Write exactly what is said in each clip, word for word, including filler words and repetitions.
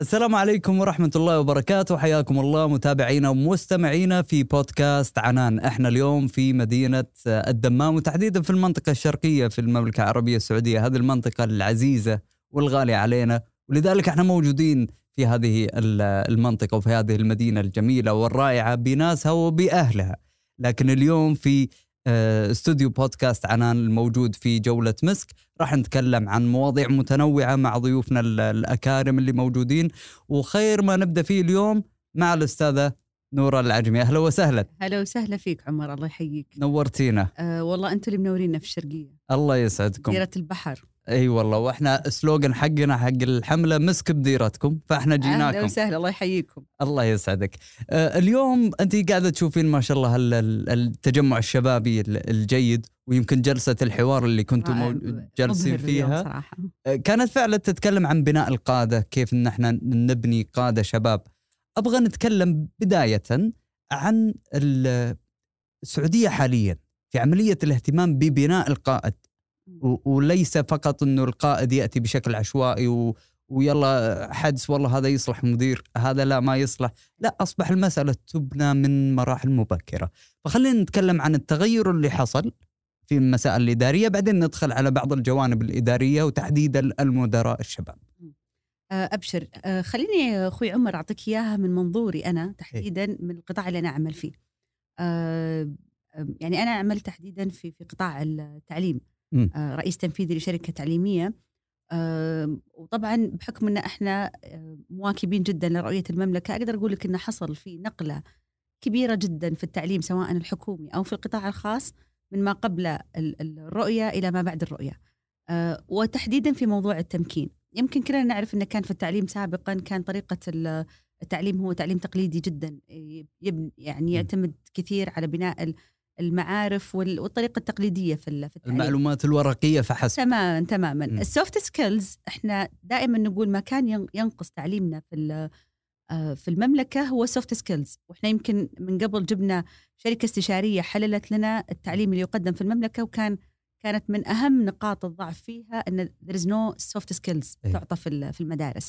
السلام عليكم ورحمة الله وبركاته. حياكم الله متابعينا ومستمعينا في بودكاست عنان. احنا اليوم في مدينة الدمام وتحديدا في المنطقة الشرقية في المملكة العربية السعودية، هذه المنطقة العزيزة والغالية علينا، ولذلك احنا موجودين في هذه المنطقة وفي هذه المدينة الجميلة والرائعة بناسها وبأهلها. لكن اليوم في استوديو بودكاست عنان الموجود في جولة مسك راح نتكلم عن مواضيع متنوعة مع ضيوفنا الأكارم اللي موجودين، وخير ما نبدأ فيه اليوم مع الأستاذة نورة العجمي. أهلا وسهلا. هلا وسهلا فيك عمر، الله يحييك. نورتينا. أه والله أنتوا اللي منورينا في الشرقية. الله يسعدكم. ديرة البحر. اي والله، واحنا سلوغن حقنا حق الحمله مسك بديرتكم، فاحنا جيناكم. اهلا وسهلا، الله يحييكم. الله يسعدك. آه اليوم انت قاعده تشوفين ما شاء الله التجمع الشبابي الجيد، ويمكن جلسه الحوار اللي كنتم جالسين فيها صراحة. آه كانت فعلا تتكلم عن بناء القاده، كيف ان احنا نبني قاده شباب. ابغى نتكلم بدايه عن السعوديه حاليا في عمليه الاهتمام ببناء القائد، وليس فقط أنه القائد يأتي بشكل عشوائي و... ويلا حدث والله هذا يصلح مدير، هذا لا ما يصلح. لا، أصبح المسألة تبنى من مراحل مبكرة. فخلينا نتكلم عن التغير اللي حصل في المسائل الإدارية، بعدين ندخل على بعض الجوانب الإدارية وتحديدا المدراء الشباب. أبشر. خليني أخوي عمر أعطيك إياها من منظوري أنا تحديدا من القطاع اللي أنا أعمل فيه. يعني أنا أعمل تحديدا في في قطاع التعليم، آه رئيس تنفيذي لشركة تعليمية. آه وطبعا بحكم أن احنا مواكبين جدا لرؤية المملكة، أقدر أقول لك أنه حصل في نقلة كبيرة جدا في التعليم سواء الحكومي أو في القطاع الخاص، من ما قبل الرؤية إلى ما بعد الرؤية. آه وتحديدا في موضوع التمكين. يمكن كلنا نعرف أنه كان في التعليم سابقا كان طريقة التعليم هو تعليم تقليدي جدا، يعني يعتمد كثير على بناء المعارف والطريقة التقليدية في التعليم، المعلومات الورقية فحسب. تماما تماما. السوفت سكيلز احنا دائما نقول ما كان ينقص تعليمنا في في المملكة هو السوفت سكيلز، واحنا يمكن من قبل جبنا شركة استشارية حللت لنا التعليم اللي يقدم في المملكة، وكان كانت من أهم نقاط الضعف فيها أن there is no soft skills تعطى في في المدارس.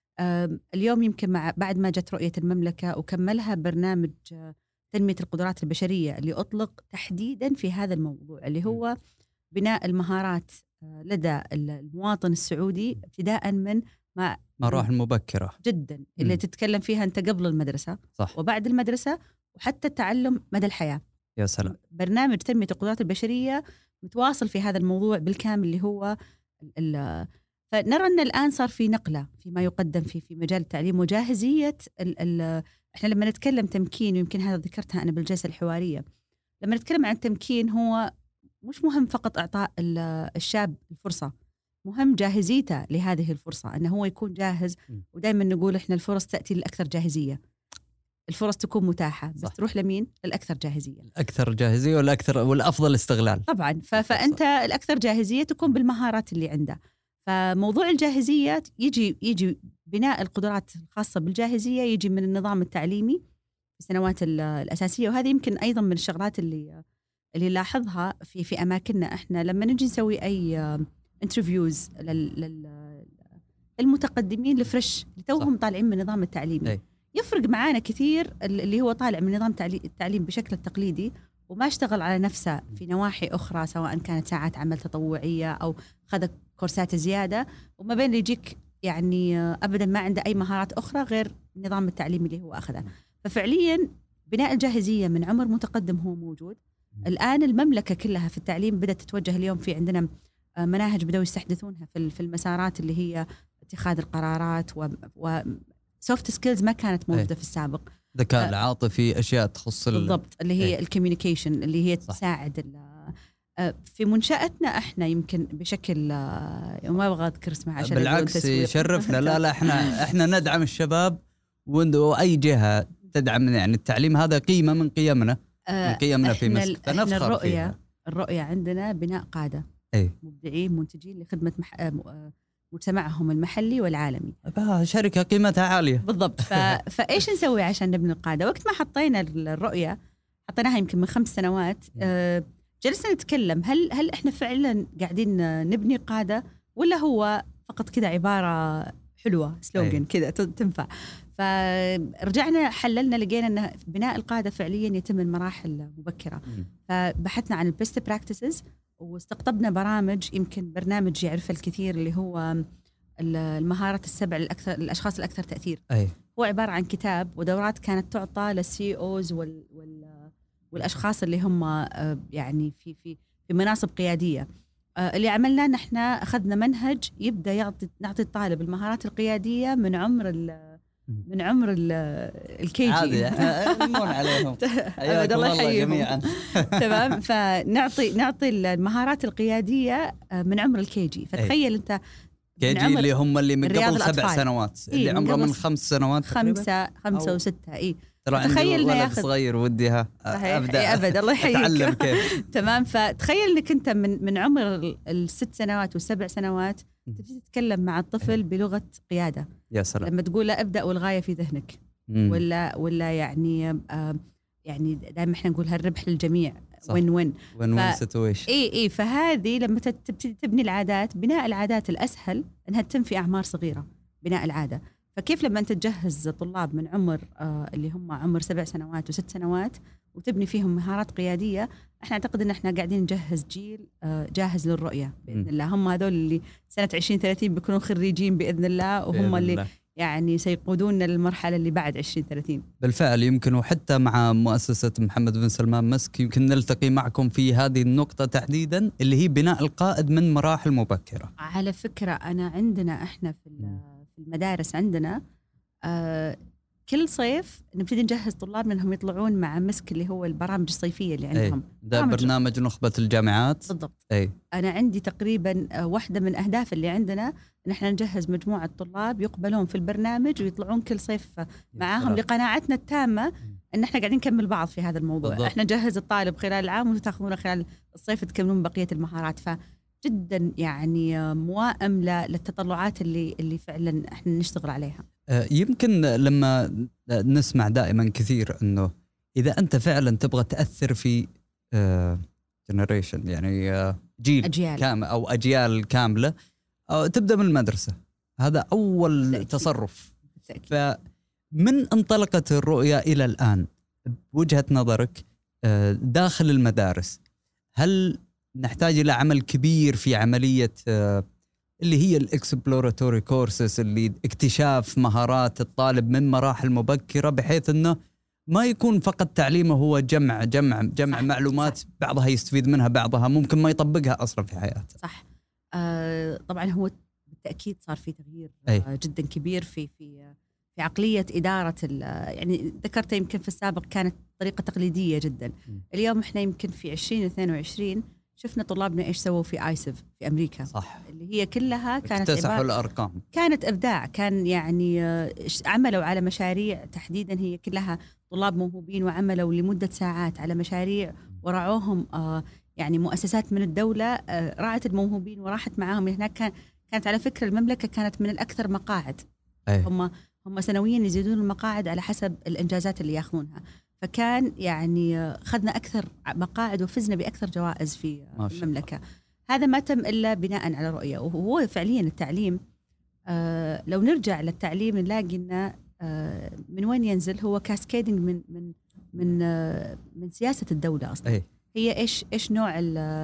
اليوم يمكن مع بعد ما جت رؤية المملكة وكملها برنامج تنمية القدرات البشرية اللي أطلق تحديداً في هذا الموضوع اللي هو بناء المهارات لدى المواطن السعودي ابتداءً من ما مراحل مبكرة جداً اللي م. تتكلم فيها أنت قبل المدرسة صح. وبعد المدرسة وحتى التعلم مدى الحياة. يا سلام. برنامج تنمية القدرات البشرية متواصل في هذا الموضوع بالكامل اللي هو ال فنرى أن الآن صار في نقلة فيما يقدم في في مجال التعليم وجاهزية ال ال احنا لما نتكلم تمكين، ويمكن هذا ذكرتها أنا بالجلسة الحوارية، لما نتكلم عن التمكين هو مش مهم فقط إعطاء الشاب الفرصة، مهم جاهزيته لهذه الفرصة، أنه هو يكون جاهز. ودائما نقول إحنا الفرص تأتي للأكثر جاهزية، الفرص تكون متاحة بس صح. تروح لمين؟ الأكثر جاهزية. الأكثر جاهزية والأكثر والأفضل استغلال. طبعا فأنت الأكثر جاهزية تكون بالمهارات اللي عنده. فموضوع الجاهزية يجي يجي بناء القدرات الخاصة بالجاهزية يجي من النظام التعليمي في السنوات الأساسية، وهذه يمكن أيضا من الشغلات اللي اللي لاحظها في في أماكننا. إحنا لما نجي نسوي أي انترفيوز للمتقدمين الفريش اللي توهم طالعين من النظام التعليمي أي. يفرق معانا كثير اللي هو طالع من نظام التعليم بشكل التقليدي وما اشتغل على نفسه في نواحي أخرى، سواء كانت ساعات عمل تطوعية أو خذ كورسات زيادة، وما بين اللي يجيك يعني أبدا ما عنده أي مهارات أخرى غير النظام التعليمي اللي هو أخذه. ففعليا بناء الجاهزية من عمر متقدم هو موجود. الآن المملكة كلها في التعليم بدأت تتوجه. اليوم في عندنا مناهج بدأوا يستحدثونها في المسارات اللي هي اتخاذ القرارات و soft skills ما كانت موجودة في السابق. ذكاء العاطفي، أشياء تخص بالضبط اللي هي الكوميونيكيشن اللي هي تساعد في منشأتنا. احنا يمكن بشكل وما ابغى اذكر اسمها عشان بالعكس يشرفنا. لا لا احنا احنا ندعم الشباب، واي جهة تدعم يعني التعليم هذا قيمة من قيمنا من قيمنا في مسك، فنفخر الرؤية فيها. الرؤية عندنا بناء قادة أي. مبدعين منتجين لخدمة مح... مجتمعهم المحلي والعالمي. شركة قيمتها عالية بالضبط. ف... فإيش نسوي عشان نبني القادة؟ وقت ما حطينا الرؤية حطيناها يمكن من خمس سنوات أه جلسنا نتكلم هل هل إحنا فعلا قاعدين نبني قادة ولا هو فقط كذا عبارة حلوة سلوغن كذا تنفع. فرجعنا حللنا لقينا أن بناء القادة فعليا يتم المراحل مبكرة. فبحثنا عن البيست براكتسز واستقطبنا برامج، يمكن برنامج يعرف الكثير اللي هو المهارات السبع الأكثر الأشخاص الأكثر تأثير. أي. هو عبارة عن كتاب ودورات كانت تعطى للسي اوز وال وال والأشخاص اللي هم يعني في في في مناصب قيادية. اللي عملناه نحن أخذنا منهج يبدأ يعطي نعطي الطالب المهارات القيادية من عمر ال من عمر الكي جي. عادي احنا نمون عليهم. أبد الله يحييهم جميعا. تمام. فنعطي نعطي المهارات القيادية من عمر الكي جي. فتخيل أنت كي جي اللي هم اللي من قبل سبع سنوات اللي إيه عمره من خمس سنوات خمسة خمسة وستة. إيه تخيل انه ياخذ صغير وديها ابدا إيه أبد الله يحييك اتعلم كيف. تمام. فتخيل انك انت من من عمر الست سنوات والسبع سنوات تبتدي تتكلم مع الطفل بلغه قياده. يا سلام. لما تقول له ابدا والغايه في ذهنك. مم. ولا ولا يعني آه يعني دائما احنا نقول هالربح للجميع وين وين وين وين سيتويشن. اي اي فهذه لما تبتدي تبني العادات، بناء العادات الاسهل انها تتم في اعمار صغيره. بناء العاده فكيف لما أنت تجهز طلاب من عمر آه اللي هم عمر سبع سنوات وست سنوات وتبني فيهم مهارات قيادية، احنا أعتقد أن احنا قاعدين نجهز جيل آه جاهز للرؤية بإذن الله. هم هذول اللي سنة عشرين ثلاثين بيكونوا خريجين بإذن الله، وهم بإذن اللي الله. يعني سيقودوننا للمرحلة اللي بعد عشرين ثلاثين. بالفعل. يمكن وحتى مع مؤسسة محمد بن سلمان مسك يمكن نلتقي معكم في هذه النقطة تحديدا اللي هي بناء القائد من مراحل مبكرة. على فكرة أنا عندنا احنا في في المدارس عندنا آه كل صيف نبتدي نجهز طلابنا انهم يطلعون مع مسك اللي هو البرامج الصيفية اللي عندهم. ده برنامج نخبة الجامعات. بالضبط. أي. أنا عندي تقريبا آه واحدة من أهداف اللي عندنا إن احنا نجهز مجموعة طلاب يقبلون في البرنامج ويطلعون كل صيف معاهم، لقناعتنا التامة ان احنا قاعدين نكمل بعض في هذا الموضوع. بالضبط. احنا نجهز الطالب خلال العام وتاخذونه خلال الصيف تكملون بقية المهارات. ف جدا يعني موائم للتطلعات اللي اللي فعلا احنا نشتغل عليها. يمكن لما نسمع دائما كثير انه اذا انت فعلا تبغى تاثر في جنريشن يعني جيل أجيال. كامل او اجيال كامله، أو تبدا من المدرسه. هذا اول بالتأكيد. تصرف. بالتأكيد. فمن انطلقت الرؤيه الى الان بوجهه نظرك داخل المدارس، هل نحتاج إلى عمل كبير في عملية اللي هي الإكسبلوراتوري كورسز، اللي اكتشاف مهارات الطالب من مراحل مبكرة، بحيث أنه ما يكون فقط تعليمه هو جمع جمع جمع صح معلومات صح. بعضها يستفيد منها، بعضها ممكن ما يطبقها أصلا في حياته. صح. آه طبعا هو بالتأكيد صار في تغيير آه جدا كبير في في في عقلية إدارة يعني ذكرت يمكن في السابق كانت طريقة تقليدية جدا. م. اليوم إحنا يمكن في عشرين اثنين وعشرين شفنا طلابنا إيش سووا في آيسف في أمريكا. صح. اللي هي كلها كانت اكتسحوا الأرقام، كانت إبداع. كان يعني عملوا على مشاريع تحديدا هي كلها طلاب موهوبين، وعملوا لمدة ساعات على مشاريع ورعوهم آه يعني مؤسسات من الدولة آه رعت الموهوبين وراحت معاهم هناك. كان كانت على فكرة المملكة كانت من الأكثر مقاعد. أي. هم هم سنويا يزيدون المقاعد على حسب الإنجازات اللي يأخذونها. فكان يعني خذنا أكثر مقاعد وفزنا بأكثر جوائز في المملكة. هذا ما تم إلا بناء على رؤية. وهو فعليا التعليم آه لو نرجع للتعليم نلاقي إنه آه من وين ينزل؟ هو كاسكيدنج من من من آه من سياسة الدولة أصلا. أي. هي إيش إيش نوع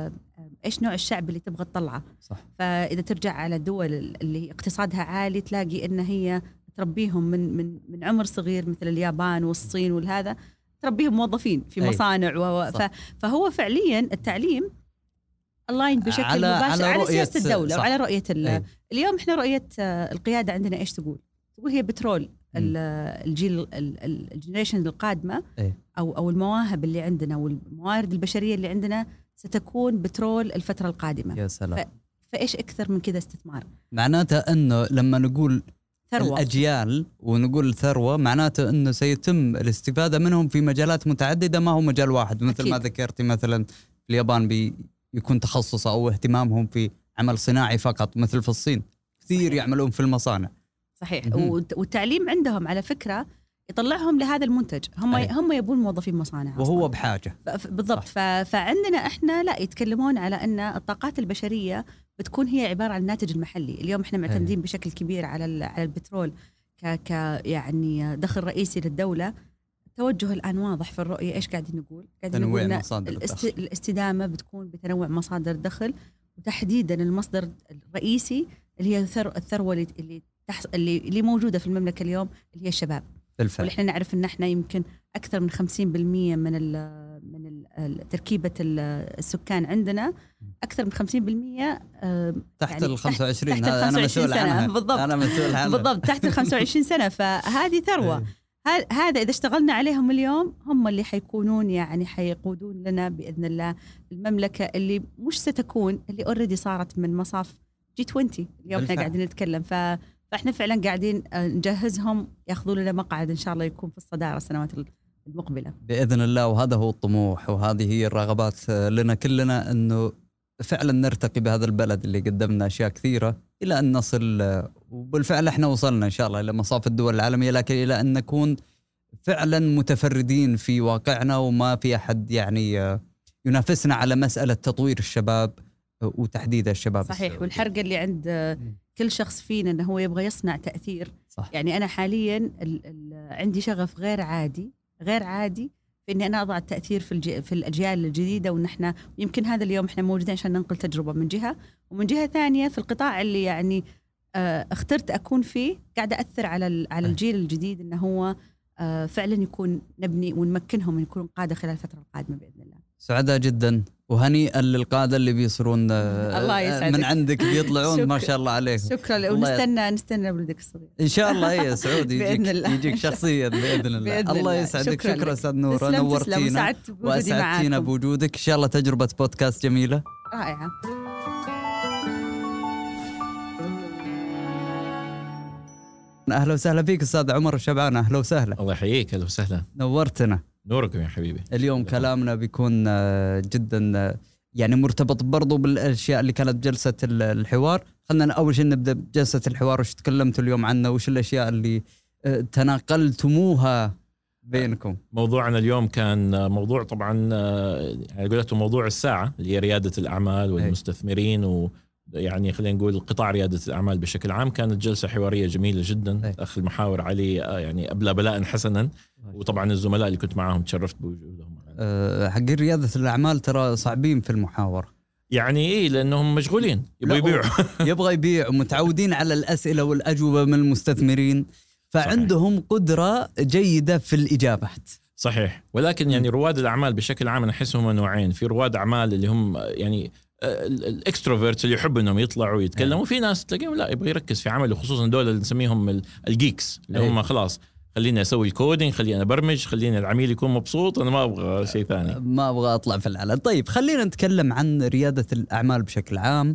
إيش نوع الشعب اللي تبغى تطلعه. صح. فإذا ترجع على الدول اللي اقتصادها عالي تلاقي إن هي تربيهم من من من عمر صغير مثل اليابان والصين والهذا، تربيهم موظفين في مصانع و... فهو فعليا التعليم اللاين بشكل على مباشر على, على سياسة الدولة صح. وعلى رؤية ال... اليوم احنا رؤية القيادة عندنا ايش تقول؟ تقول هي بترول الجيل الجنريشن القادمة. أي. او او المواهب اللي عندنا والموارد البشرية اللي عندنا ستكون بترول الفترة القادمة. يا سلام. ف... فايش اكثر من كذا استثمار؟ معناته انه لما نقول ثروة. الأجيال ونقول ثروة، معناته أنه سيتم الاستفادة منهم في مجالات متعددة، ما هو مجال واحد. مثل أكيد. ما ذكرتي مثلا اليابان بيكون تخصص أو اهتمامهم في عمل صناعي فقط، مثل في الصين كثير صحيح. يعملون في المصانع. صحيح. والتعليم عندهم على فكرة يطلعهم لهذا المنتج. هم أي. هم يبون موظفين مصانع وهو أصلاً. بحاجة بالضبط. فعندنا إحنا لا يتكلمون على أن الطاقات البشرية بتكون هي عباره عن الناتج المحلي. اليوم احنا معتمدين بشكل كبير على على البترول ك ك يعني دخل رئيسي للدوله. التوجه الان واضح في الرؤيه. ايش قاعدين نقول؟ قاعدين نقول الاست... الاستدامه بتكون بتنوع مصادر الدخل، وتحديدا المصدر الرئيسي اللي هي الثروه اللي اللي, تحص... اللي اللي موجوده في المملكه اليوم اللي هي الشباب. بالفعل. ونحن نعرف ان احنا يمكن اكثر من خمسين بالمئة من ال من ال تركيبه السكان عندنا، اكثر من خمسين بالمئة تحت يعني ال خمسة وعشرين. هذا انا مسؤول عنها. بالضبط. انا مسؤول عنها. بالضبط تحت ال خمسة وعشرين سنه. فهذه ثروه. هذا إذا اشتغلنا عليهم اليوم هم اللي حيكونون يعني حيقودون لنا بإذن الله المملكة اللي مش ستكون اللي أوريدي صارت من مصاف جي عشرين اليوم. احنا قاعدين نتكلم ف... فإحنا فعلا قاعدين نجهزهم يأخذوا لنا مقعد إن شاء الله يكون في الصدارة السنوات المقبلة بإذن الله. وهذا هو الطموح وهذه هي الرغبات لنا كلنا، أنه فعلا نرتقي بهذا البلد اللي قدمنا أشياء كثيرة إلى أن نصل، وبالفعل احنا وصلنا إن شاء الله إلى مصاف الدول العالمية، لكن إلى أن نكون فعلا متفردين في واقعنا وما في أحد يعني ينافسنا على مسألة تطوير الشباب وتحديد الشباب. صحيح. والحرقة اللي عند كل شخص فينا أنه هو يبغى يصنع تأثير. صح. يعني أنا حاليا ال ال عندي شغف غير عادي غير عادي في إني أنا أضع التأثير في الج... في الأجيال الجديدة. ونحن يمكن هذا اليوم إحنا موجودين عشان ننقل تجربة من جهة، ومن جهة ثانية في القطاع اللي يعني آه اخترت أكون فيه قاعدة أثر على على الجيل الجديد إنه هو آه فعلا يكون نبني ونمكنهم من يكونوا قادة خلال الفترة القادمة بإذن الله. سعداء جدا وهنيئا للقادة اللي بيصيرون آه من عندك بيطلعون ما شاء الله عليكم. شكرا. ونستنى نستنى ولدك الصغير إن شاء الله. يا سعود يجيك يجيك شخصيا بإذن الله. بإذن الله يسعدك. شكرا, شكرا أستاذ نورة، نورتينا وأسعدتينا بوجودك. إن شاء الله تجربة بودكاست جميلة رائعة. أهلا وسهلا فيك أستاذ عمر الشبعان. أهلا وسهلا. الله يحييك. أهلا وسهلا. نورتنا. نوركم يا حبيبي. اليوم كلامنا بيكون جدا يعني مرتبط برضو بالأشياء اللي كانت جلسة الحوار. خلنا أول شيء نبدأ بجلسة الحوار. وش تكلمتوا اليوم عنه؟ وش الأشياء اللي تناقلتموها بينكم؟ موضوعنا اليوم كان موضوع طبعا يعني قلته موضوع الساعة اللي هي ريادة الأعمال والمستثمرين و يعني خلينا نقول قطاع ريادة الأعمال بشكل عام. كانت جلسة حوارية جميلة جدا. أي. أخ المحاور علي يعني أبلى بلاء حسنا. وطبعا الزملاء اللي كنت معهم تشرفت بوجودهم. أه حق ريادة الأعمال ترى صعبين في المحاورة يعني إيه، لأنهم مشغولين يبغوا يبيعوا يبغى يبيع ومتعودين على الأسئلة والأجوبة من المستثمرين، فعندهم صحيح. قدرة جيدة في الإجابات. صحيح. ولكن يعني رواد الأعمال بشكل عام أنا أحسهم نوعين. في رواد أعمال اللي هم يعني الاكستروفيرتس اللي يحب انهم يطلعوا ويتكلموا، وفي ناس تلاقيهم لا يبغى يركز في عمله، خصوصا دول اللي نسميهم الجيكس اللي هم خلاص خليني اسوي الكودينج، خليني ابرمج، خليني العميل يكون مبسوط، انا ما ابغى شيء ثاني، ما ابغى اطلع في العلن. طيب خلينا نتكلم عن ريادة الأعمال بشكل عام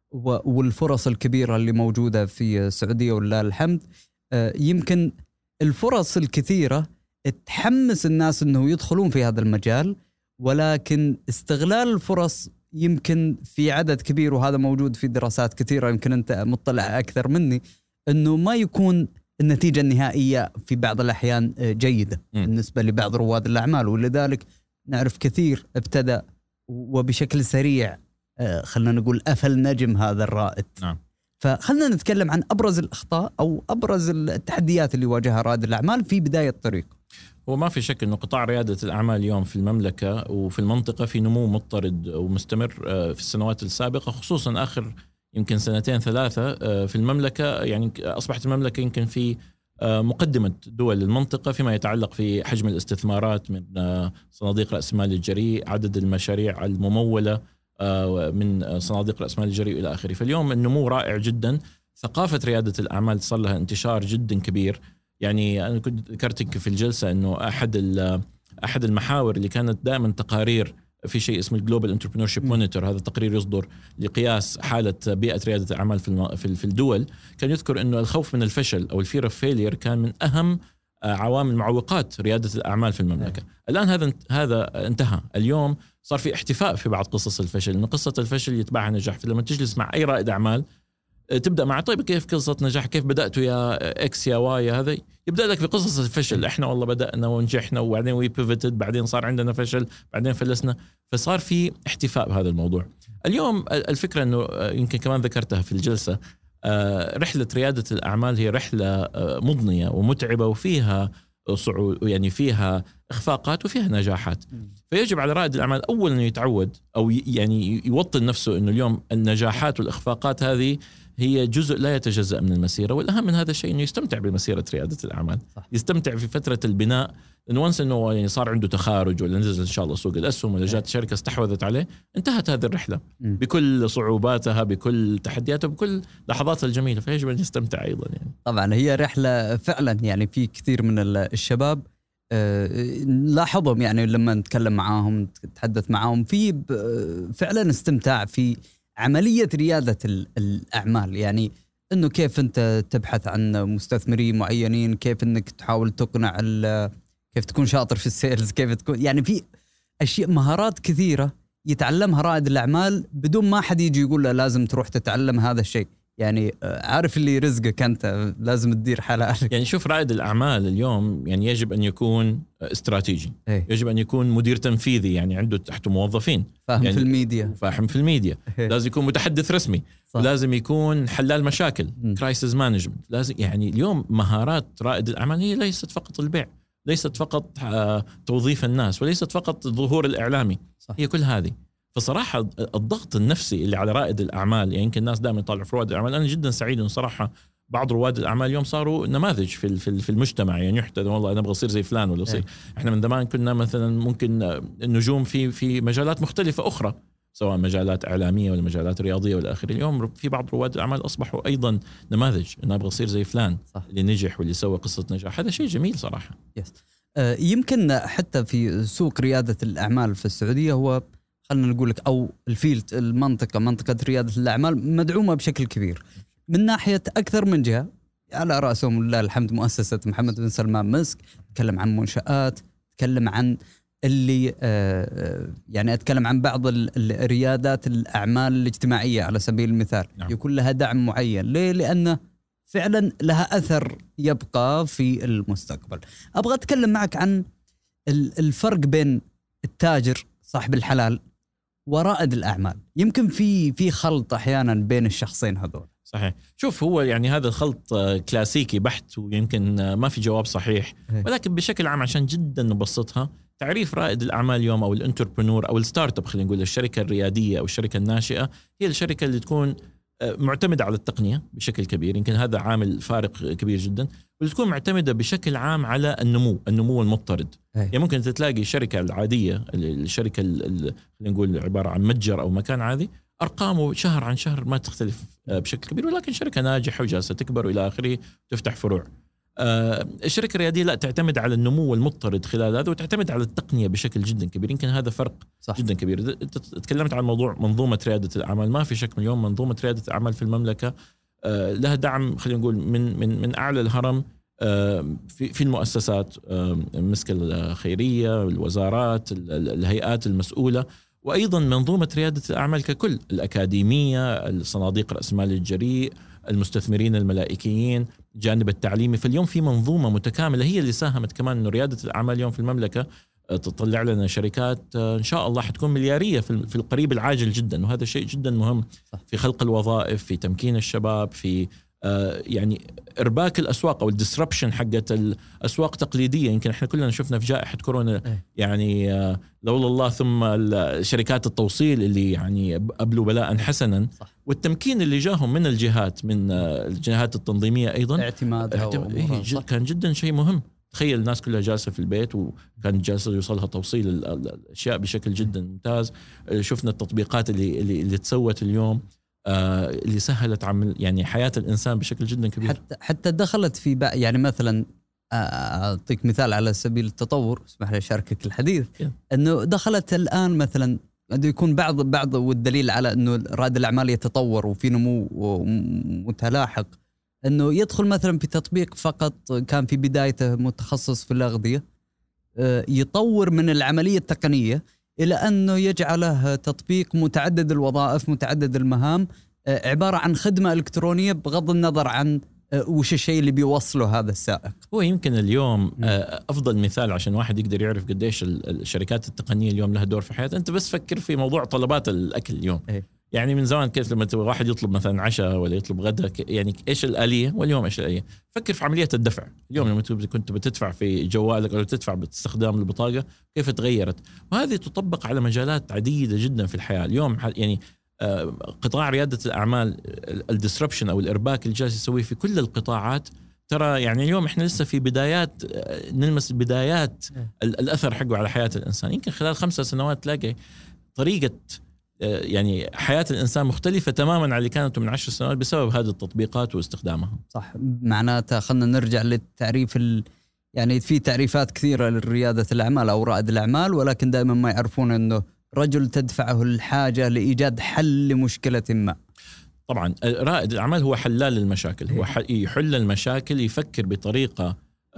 والفرص الكبيرة اللي موجودة في السعودية ولله الحمد. يمكن الفرص الكثيرة تحمس الناس انه يدخلون في هذا المجال، ولكن استغلال الفرص يمكن في عدد كبير، وهذا موجود في دراسات كثيرة يمكن أنت مطلع أكثر مني، أنه ما يكون النتيجة النهائية في بعض الأحيان جيدة م. بالنسبة لبعض رواد الأعمال، ولذلك نعرف كثير ابتدأ وبشكل سريع خلنا نقول أفل نجم هذا الرائد. نعم. فخلنا نتكلم عن أبرز الأخطاء أو أبرز التحديات اللي واجهها رائد الأعمال في بداية الطريق. هو ما في شك أنه قطاع ريادة الأعمال اليوم في المملكة وفي المنطقة في نمو مضطرد ومستمر في السنوات السابقة، خصوصا آخر يمكن سنتين ثلاثة في المملكة. يعني أصبحت المملكة يمكن في مقدمة دول المنطقة فيما يتعلق في حجم الاستثمارات من صناديق رأس مال الجريء، عدد المشاريع الممولة من صناديق رأس مال الجريء إلى آخره. فاليوم النمو رائع جدا. ثقافة ريادة الأعمال صار لها انتشار جدا كبير. يعني أنا كنت ذكرتك في الجلسة أنه أحد أحد المحاور اللي كانت دائما تقارير في شيء اسمه الجلوبال انتربرينورشيب مونيتور، هذا تقرير يصدر لقياس حالة بيئة ريادة الأعمال في في الدول، كان يذكر أنه الخوف من الفشل أو الفير اوف فيلير كان من أهم عوامل معوقات ريادة الأعمال في المملكة. الآن هذا هذا انتهى. اليوم صار في احتفاء في بعض قصص الفشل، إنه قصة الفشل يتبعها نجاح. فلما تجلس مع أي رائد أعمال تبدأ مع طيب كيف قصة نجاح، كيف بدأتوا يا إكس يا واي، هذا يبدأ لك بقصص الفشل. إحنا والله بدأنا ونجحنا وبعدين وي بيفيتد، بعدين صار عندنا فشل، بعدين فلسنا، فصار في احتفاء بهذا الموضوع. اليوم الفكرة أنه يمكن كمان ذكرتها في الجلسة، رحلة ريادة الأعمال هي رحلة مضنية ومتعبة وفيها صعود، يعني فيها إخفاقات وفيها نجاحات. فيجب على رائد الأعمال أولا أنه يتعود أو يعني يوطن نفسه أنه اليوم النجاحات والإخفاقات هذه هي جزء لا يتجزأ من المسيرة، والأهم من هذا الشيء أنه يستمتع بمسيرة ريادة الأعمال. صح. يستمتع في فترة البناء، إنه وانس إنه يعني صار عنده تخارج ولا نزل إن شاء الله سوق الأسهم ولا جات شركة استحوذت عليه، انتهت هذه الرحلة م. بكل صعوباتها، بكل تحدياتها، بكل لحظاتها الجميلة، فيجب أن يستمتع أيضا. يعني طبعا هي رحلة فعلا، يعني في كثير من الشباب لاحظهم يعني لما نتكلم معاهم نتحدث معاهم في فعلا استمتاع في عملية ريادة الأعمال. يعني إنه كيف أنت تبحث عن مستثمرين معينين، كيف إنك تحاول تقنع، كيف تكون شاطر في السيلز، كيف تكون يعني في أشياء مهارات كثيرة يتعلمها رائد الأعمال بدون ما حد يجي يقول له لازم تروح تتعلم هذا الشيء. يعني عارف اللي رزقك أنت لازم تدير حالك. يعني شوف رائد الأعمال اليوم يعني يجب أن يكون استراتيجي، ايه؟ يجب أن يكون مدير تنفيذي، يعني عنده تحته موظفين، فاهم يعني في الميديا، فاهم في الميديا، ايه؟ لازم يكون متحدث رسمي، صح. لازم يكون حلال مشاكل، كرايسيس مانجمنت، لازم يعني اليوم مهارات رائد الأعمال هي ليست فقط البيع، ليست فقط توظيف الناس، وليست فقط الظهور الإعلامي، صح. هي كل هذه. فصراحة الضغط النفسي اللي على رائد الأعمال، يعني يمكن الناس دائما يطالعوا في رواد الأعمال، أنا جدا سعيد إن صراحة بعض رواد الأعمال اليوم صاروا نماذج في في المجتمع، يعني يحتذى والله أنا أبغى أصير زي فلان ولا أصير. إحنا من زمان كنا مثلا ممكن النجوم في في مجالات مختلفة أخرى، سواء مجالات إعلامية ولا مجالات رياضية ولا آخره. اليوم في بعض رواد الأعمال أصبحوا أيضا نماذج، أنا أبغى أصير زي فلان، صح. اللي نجح واللي سوى قصة نجاح، هذا شيء جميل صراحة. يس. آه يمكن حتى في سوق ريادة الأعمال في السعودية، هو خلنا نقول لك أو الفيلد المنطقة منطقة ريادة الأعمال مدعومة بشكل كبير من ناحية أكثر من جهة، على رأسهم لله الحمد مؤسسة محمد بن سلمان مسك، تكلم عن منشآت، تكلم عن اللي آه يعني أتكلم عن بعض الريادات الأعمال الاجتماعية على سبيل المثال، نعم. يكون لها دعم معين. ليه؟ لأنه فعلا لها أثر يبقى في المستقبل. أبغى أتكلم معك عن الفرق بين التاجر صاحب الحلال ورائد الأعمال. يمكن في في خلط أحيانا بين الشخصين هذول. صحيح. شوف هو يعني هذا الخلط كلاسيكي بحت، ويمكن ما في جواب صحيح، ولكن بشكل عام عشان جدا نبسطها، تعريف رائد الأعمال اليوم أو الانتربرنور أو الستارت اب، خلينا نقول الشركة الريادية أو الشركة الناشئة، هي الشركة اللي تكون معتمدة على التقنية بشكل كبير، يمكن هذا عامل فارق كبير جدا، وتكون معتمدة بشكل عام على النمو النمو المضطرد. يعني ممكن تلاقي الشركة العادية، الشركة خلينا نقول عبارة عن متجر أو مكان عادي، أرقامه شهر عن شهر ما تختلف بشكل كبير، ولكن شركة ناجحة وجالسة تكبر وإلى آخره، تفتح فروع. الشركة الريادية لا، تعتمد على النمو المضطرد خلال هذا، وتعتمد على التقنية بشكل جدا كبير. يمكن هذا فرق صح. جدا كبير. تكلمت عن موضوع منظومة ريادة الأعمال، ما في شك اليوم منظومة ريادة الأعمال في المملكة لها دعم، خلينا نقول من من من أعلى الهرم في في المؤسسات، مسك الخيرية، الوزارات، الهيئات المسؤولة، وأيضا منظومة ريادة الأعمال ككل، الأكاديمية، الصناديق رأس مال الجريء، المستثمرين الملائكيين، الجانب التعليمي. فاليوم في منظومة متكاملة هي اللي ساهمت كمان إنه ريادة الأعمال اليوم في المملكة تطلع لنا شركات إن شاء الله حتكون مليارية في القريب العاجل جدا، وهذا شيء جدا مهم في خلق الوظائف، في تمكين الشباب، في يعني إرباك الأسواق أو الديسربشن حقت الأسواق تقليدية. يمكن إحنا كلنا شفنا في جائحة كورونا يعني لولا الله ثم شركات التوصيل اللي يعني أبلوا بلاء حسنا، والتمكين اللي جاهم من الجهات من الجهات التنظيمية أيضا اعتمادها إيه كان جدا شيء مهم. تخيل الناس كلها جالسة في البيت وكان جالسة يوصلها توصيل الأشياء بشكل جدا ممتاز. شفنا التطبيقات اللي اللي, اللي تسوت اليوم آه اللي سهلت عمل يعني حياة الإنسان بشكل جدا كبير. حتى حتى دخلت في بقى يعني مثلا أعطيك مثال على سبيل التطور، اسمح لي أشاركك الحديث yeah. إنه دخلت الآن مثلا يكون بعض بعض والدليل على إنه رائد الأعمال يتطور وفي نمو متلاحق، إنه يدخل مثلا في تطبيق فقط كان في بدايته متخصص في الأغذية، يطور من العملية التقنية إلى أنه يجعله تطبيق متعدد الوظائف متعدد المهام، عبارة عن خدمة إلكترونية بغض النظر عن وش الشيء اللي بيوصله هذا السائق. هو يمكن اليوم أفضل مثال عشان واحد يقدر يعرف قديش الشركات التقنية اليوم لها دور في حياته. أنت بس فكر في موضوع طلبات الأكل اليوم. إيه؟ يعني من زمان كيف لما واحد يطلب مثلا عشاء ولا يطلب غدا، يعني إيش الآلية، واليوم إيش الآلية. فكر في عملية الدفع اليوم لما كنت بتدفع في جوالك أو تدفع باستخدام البطاقة كيف تغيرت، وهذه تطبق على مجالات عديدة جدا في الحياة اليوم. يعني قطاع ريادة الأعمال الديسربشن أو الإرباك اللي جالس يسويه في كل القطاعات، ترى يعني اليوم إحنا لسه في بدايات نلمس بدايات الأثر حقه على حياة الإنسان. يمكن خلال خمسة سنوات تلاقي طريقة يعني حياة الإنسان مختلفة تماماً عن اللي كانت من عشر سنوات بسبب هذه التطبيقات واستخدامها. صح، معناتها خلنا نرجع للتعريف ال... يعني في تعريفات كثيرة لريادة الأعمال أو رائد الأعمال، ولكن دائما ما يعرفون أنه رجل تدفعه الحاجة لإيجاد حل لمشكلة ما. طبعاً رائد الأعمال هو حلال للمشاكل، هو يحل المشاكل، يفكر بطريقة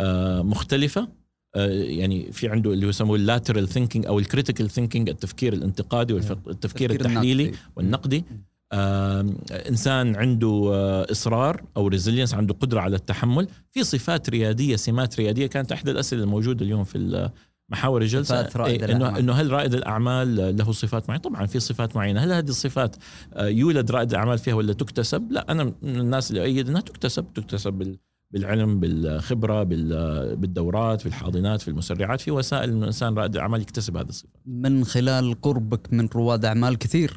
مختلفة. يعني في عنده اللي يسموه اللاترال ثينكينج أو الكريتيكال ثينكينج، التفكير الانتقادي والتفكير التحليلي النقدي. والنقدي. آه إنسان عنده آه إصرار أو ريزيلينس، عنده قدرة على التحمل. في صفات ريادية، سمات ريادية كانت أحد الأسئلة الموجودة اليوم في محاور الجلسة، إيه إنه, إنه هل رائد الأعمال له صفات معينة؟ طبعا في صفات معينة. هل هذه الصفات آه يولد رائد الأعمال فيها ولا تكتسب؟ لا، أنا من الناس اللي أيد أنها تكتسب تكتسب بال بالعلم، بالخبرة، بالدورات، في الحاضنات، في المسرعات، في وسائل إنه الإنسان رائد أعمال يكتسب هذا الصفة. من خلال قربك من رواد أعمال كثير،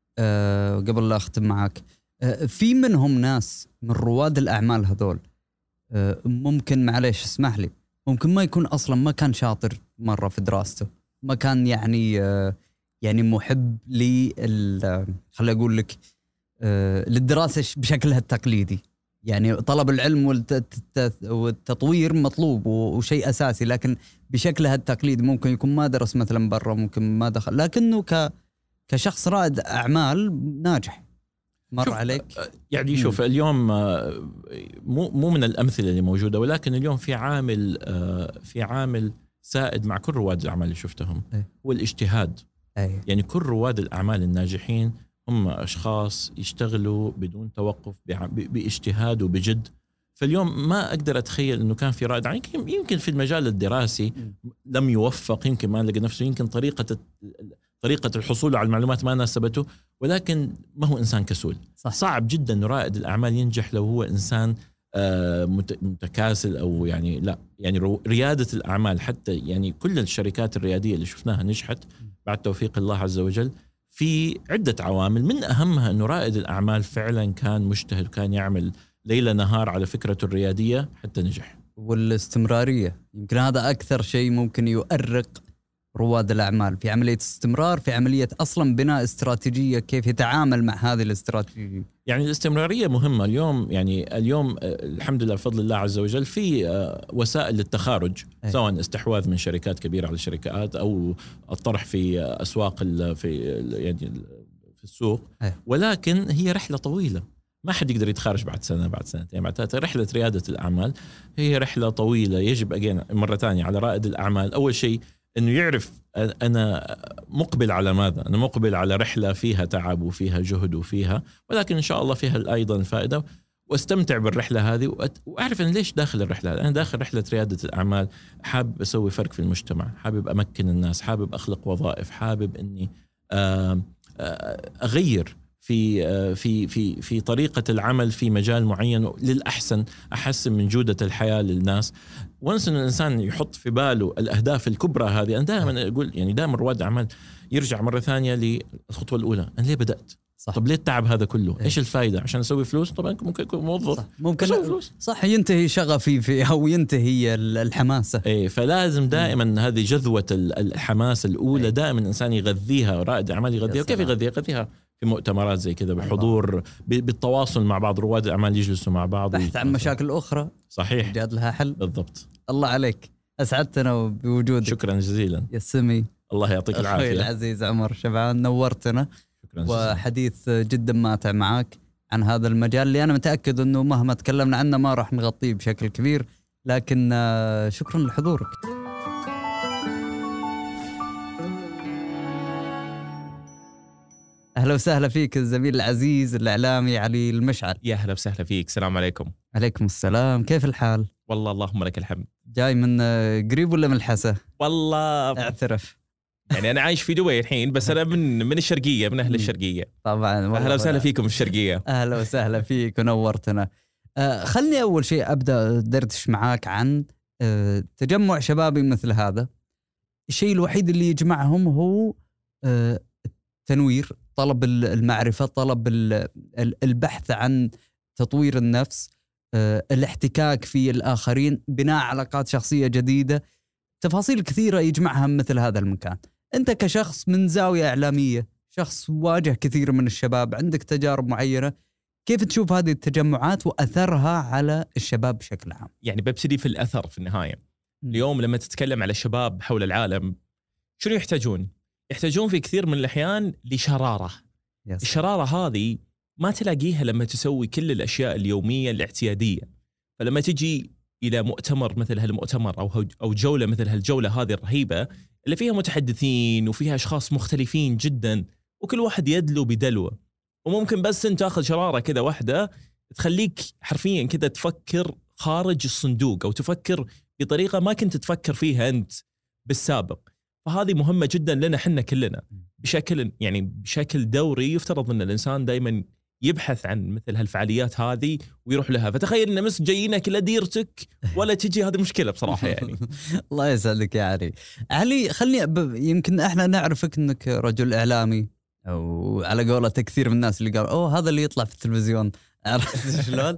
أه قبل لا أختم معك، أه في منهم ناس من رواد الأعمال هذول أه ممكن معليش اسمح لي ممكن ما يكون أصلا ما كان شاطر مرة في دراسته، ما كان يعني أه يعني محب لل خلي أقول لك أه للدراسة بشكلها التقليدي. يعني طلب العلم والتطوير مطلوب وشيء أساسي، لكن بشكلها التقليدي ممكن يكون ما درس مثلا برا، ممكن ما دخل، لكنه ك كشخص رائد أعمال ناجح. مر عليك؟ يعني شوف اليوم مو مو من الأمثلة اللي موجودة، ولكن اليوم في عامل في عامل سائد مع كل رواد الأعمال اللي شفتهم، هو الاجتهاد. أي. يعني كل رواد الأعمال الناجحين هم أشخاص يشتغلوا بدون توقف باجتهاد وبجد. فاليوم ما أقدر أتخيل أنه كان في رائد، يمكن في المجال الدراسي لم يوفق، يمكن ما لقى نفسه، يمكن طريقة طريقة الحصول على المعلومات ما ناسبته، ولكن ما هو إنسان كسول. صح. صعب جدا أنه رائد الأعمال ينجح لو هو إنسان متكاسل أو يعني لا. يعني ريادة الأعمال حتى يعني كل الشركات الريادية اللي شفناها نجحت بعد توفيق الله عز وجل في عدة عوامل، من أهمها أنه رائد الأعمال فعلا كان مجتهد وكان يعمل ليل نهار على فكرته الريادية حتى نجح. والاستمرارية يمكن هذا أكثر شيء ممكن يؤرق رواد الأعمال في عملية استمرار، في عملية أصلا بناء استراتيجية كيف يتعامل مع هذه الاستراتيجية. يعني الاستمرارية مهمة اليوم. يعني اليوم الحمد لله بفضل الله عز وجل في وسائل للتخارج، أي. سواء استحواذ من شركات كبيرة على شركات أو الطرح في أسواق في يعني في السوق، أي. ولكن هي رحلة طويلة، ما حد يقدر يتخارج بعد سنة بعد سنتين بعد ثلاثة. رحلة ريادة الأعمال هي رحلة طويلة، يجب أجين مرة ثانية على رائد الأعمال أول شيء أنه يعرف أنا مقبل على ماذا. أنا مقبل على رحلة فيها تعب وفيها جهد وفيها، ولكن إن شاء الله فيها أيضا فائدة، واستمتع بالرحلة هذه وأعرف أن ليش داخل الرحلة. أنا داخل رحلة ريادة الأعمال حابب أسوي فرق في المجتمع، حابب أمكن الناس، حابب أخلق وظائف، حابب أني أغير في في في في طريقة العمل في مجال معين للأحسن، أحسن من جودة الحياة للناس. وانس إن الإنسان يحط في باله الأهداف الكبرى هذه. أنا دائما أقول يعني دائما رواد أعمال يرجع مرة ثانية للخطوة الأولى، أنا ليه بدأت؟ صح. طب ليه التعب هذا كله؟ إيه؟ إيش الفائدة؟ عشان أسوي فلوس؟ طبعا ممكن يكون موظف، صح. ممكن فلوس. صح، ينتهي شغفي في أو ينتهي الحماسة. إيه، فلازم دائما م. هذه جذوة الحماس الأولى، إيه؟ دائما الإنسان يغذيها، رائد أعمال يغذيها. كيف يغذيها؟ يغذيها في مؤتمرات زي كذا، بحضور، بالتواصل مع بعض رواد الأعمال، يجلسوا مع بعض، بحث عن مشاكل أخرى، صحيح، إيجاد لها حل. بالضبط. الله عليك، أسعدتنا بوجودك. شكرا جزيلا يا سمي، الله يعطيك العافية. أخوي العزيز عمر شبعان، نورتنا. شكرا جزيلا. وحديث جدا ماتع معك عن هذا المجال اللي أنا متأكد أنه مهما تكلمنا عنه ما راح نغطيه بشكل كبير، لكن شكرا لحضورك. أهلا وسهلا فيك الزميل العزيز الإعلامي علي المشعل. يا أهلا وسهلا فيك. السلام عليكم. عليكم السلام، كيف الحال؟ والله اللهم لك الحمد. جاي من قريب ولا من الحسا؟ والله اعترف يعني أنا عايش في دبي الحين، بس أنا من من الشرقية، من أهل الشرقية. طبعا. أهلا وسهلا فيكم في الشرقية. أهلا وسهلا فيك ونورتنا. آه خلني أول شيء أبدأ دردش معاك عن آه تجمع شبابي مثل هذا. الشيء الوحيد اللي يجمعهم هو آه التنوير، طلب المعرفة، طلب البحث عن تطوير النفس، آه الاحتكاك في الآخرين، بناء علاقات شخصية جديدة، تفاصيل كثيرة يجمعها مثل هذا المكان. أنت كشخص من زاوية إعلامية، شخص واجه كثير من الشباب، عندك تجارب معينة، كيف تشوف هذه التجمعات وأثرها على الشباب بشكل عام؟ يعني ببتدي في الأثر في النهاية. م. اليوم لما تتكلم على الشباب حول العالم، شنو يحتاجون؟ يحتاجون في كثير من الأحيان لشرارة. يس. الشرارة هذه ما تلاقيها لما تسوي كل الأشياء اليومية الاعتيادية. فلما تجي إلى مؤتمر مثل هالمؤتمر أو أو جولة مثل هالجولة هذه الرهيبة اللي فيها متحدثين وفيها أشخاص مختلفين جدا، وكل واحد يدلو بدلوه، وممكن بس أنت تأخذ شرارة كذا واحدة تخليك حرفيا كذا تفكر خارج الصندوق، أو تفكر بطريقة ما كنت تفكر فيها أنت بالسابق. فهذه مهمة جدا لنا حنا كلنا بشكل يعني بشكل دوري. يفترض أن الإنسان دائما يبحث عن مثل هالفعاليات هذه ويروح لها. فتخيل إن مس جايينك إلى ديرتك ولا تجي، هذه مشكلة بصراحة يعني. الله يسعدك يا علي. علي خلني ب... يمكن إحنا نعرفك إنك رجل إعلامي، وعلى قولة كثير من الناس اللي قالوا أوه هذا اللي يطلع في التلفزيون، عرفت شلون؟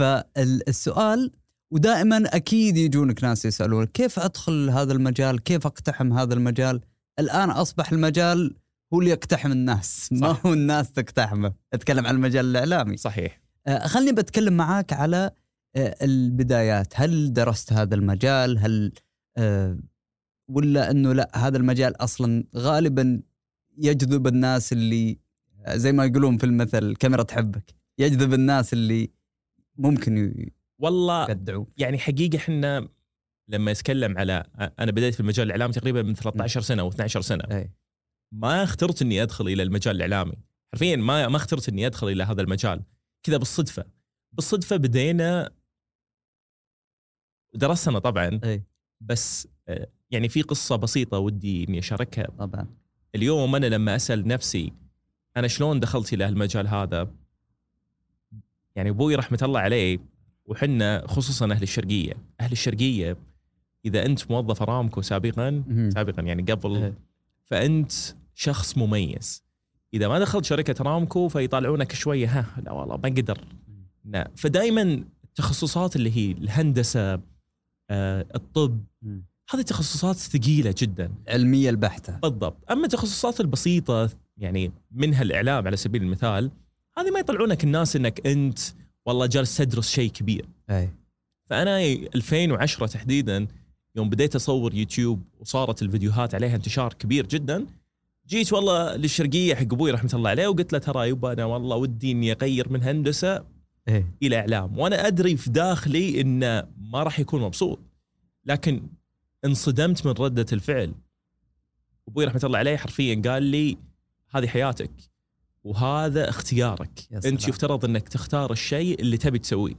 فالسؤال، ودائما أكيد يجونك ناس يسألون كيف أدخل هذا المجال، كيف أقتحم هذا المجال. الآن أصبح المجال هو اللي يقتحم الناس، ما هو الناس تقتحمه. أتكلم عن المجال الإعلامي. صحيح. آه خلني بتكلم معاك على آه البدايات. هل درست هذا المجال؟ هل آه ولا أنه لا، هذا المجال أصلا غالبا يجذب الناس اللي زي ما يقولون في المثل الكاميرا تحبك، يجذب الناس اللي ممكن ي... والله يبدعوا. يعني حقيقة حنا لما يتكلم على، أنا بدأت في المجال الإعلامي تقريبا من ثلاثة عشر سنة أو اثنتي عشرة سنة. أي. ما اخترت إني أدخل إلى المجال الإعلامي حرفيا، ما ما اخترت إني أدخل إلى هذا المجال كذا بالصدفة. بالصدفة بدينا درسنا طبعا. أي. بس يعني في قصة بسيطة ودي إني أشاركها. طبعا. اليوم أنا لما أسأل نفسي أنا شلون دخلت إلى المجال هذا، يعني أبوي رحمة الله عليه، وحنا خصوصا أهل الشرقية أهل الشرقية إذا أنت موظف أرامكو سابقا سابقا يعني قبل، فأنت شخص مميز. إذا ما دخلت شركة أرامكو فيطالعونك شوية، ها لا والله ما قدر. لا. فدائما التخصصات اللي هي الهندسة، آه، الطب، هذه تخصصات ثقيلة جدا، علمية البحتة. بالضبط. أما التخصصات البسيطة يعني منها الإعلام على سبيل المثال، هذه ما يطلعونك الناس إنك أنت والله جالس تدرس شيء كبير. أي. فأنا ألفين وعشرة تحديدا يوم بديت أصور يوتيوب وصارت الفيديوهات عليها انتشار كبير جدا، جيت والله للشرقية حق أبوي رحمة الله عليه وقلت له ترى يبا أنا والله ودي إني أغير من هندسة إيه؟ إلى إعلام، وأنا أدري في داخلي إنه ما راح يكون مبسوط، لكن انصدمت من ردة الفعل. أبوي رحمة الله عليه حرفيا قال لي هذه حياتك وهذا اختيارك، أنت يفترض أنك تختار الشيء اللي تبي تسويه.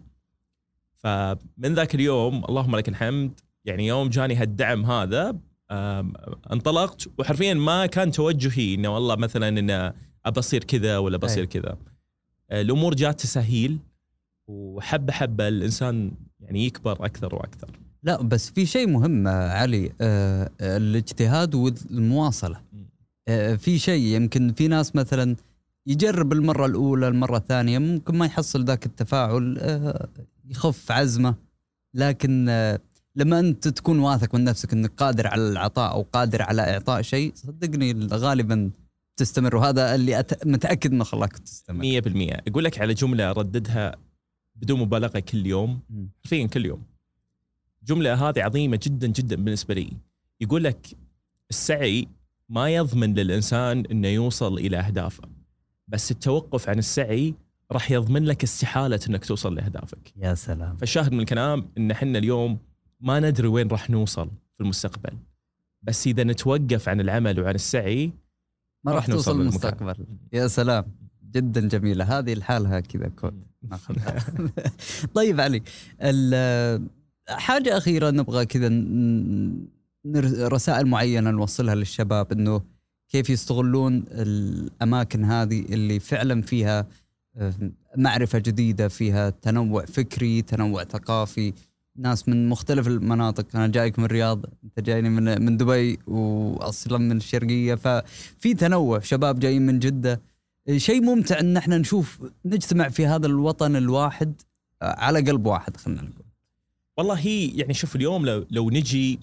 فمن ذاك اليوم اللهم لك الحمد، يعني يوم جاني هالدعم هذا انطلقت، وحرفيا ما كان توجهي إنه والله مثلا إنه أبصير كذا ولا بصير كذا. الأمور جات تسهيل، وحبة حبة الإنسان يعني يكبر أكثر وأكثر. لا بس في شيء مهم علي، آه الاجتهاد والمواصلة. آه في شيء يمكن في ناس مثلا يجرب المرة الأولى المرة الثانية ممكن ما يحصل ذاك التفاعل، آه يخف عزمه، لكن آه لما أنت تكون واثق من نفسك أنك قادر على العطاء أو قادر على إعطاء شيء، صدقني غالبا تستمر، وهذا اللي أت... متأكد أنه خلاك تستمر مية بالمية. أقول لك على جملة رددها بدون مبالغة كل يوم، حرفيا كل يوم. جملة هذه عظيمة جدا جدا بالنسبة لي. يقول لك السعي ما يضمن للإنسان أنه يوصل إلى أهدافه، بس التوقف عن السعي راح يضمن لك استحالة أنك توصل لأهدافك. يا سلام. فالشاهد من الكلام أن حنا اليوم ما ندري وين راح نوصل في المستقبل، بس إذا نتوقف عن العمل وعن السعي ما راح توصل للمستقبل. يا سلام، جدا جميلة هذه الحالة كذا كود. طيب علي، حاجة أخيرة نبغى كذا رسائل معينة نوصلها للشباب إنه كيف يستغلون الأماكن هذه اللي فعلا فيها معرفة جديدة، فيها تنوع فكري، تنوع ثقافي، ناس من مختلف المناطق. أنا جايك من الرياض، أنت جايني من من دبي وأصلا من الشرقية، ففي تنوع، شباب جايين من جدة. شيء ممتع إن احنا نشوف نجتمع في هذا الوطن الواحد على قلب واحد. خلنا نقول والله يعني شوف اليوم لو لو نجي،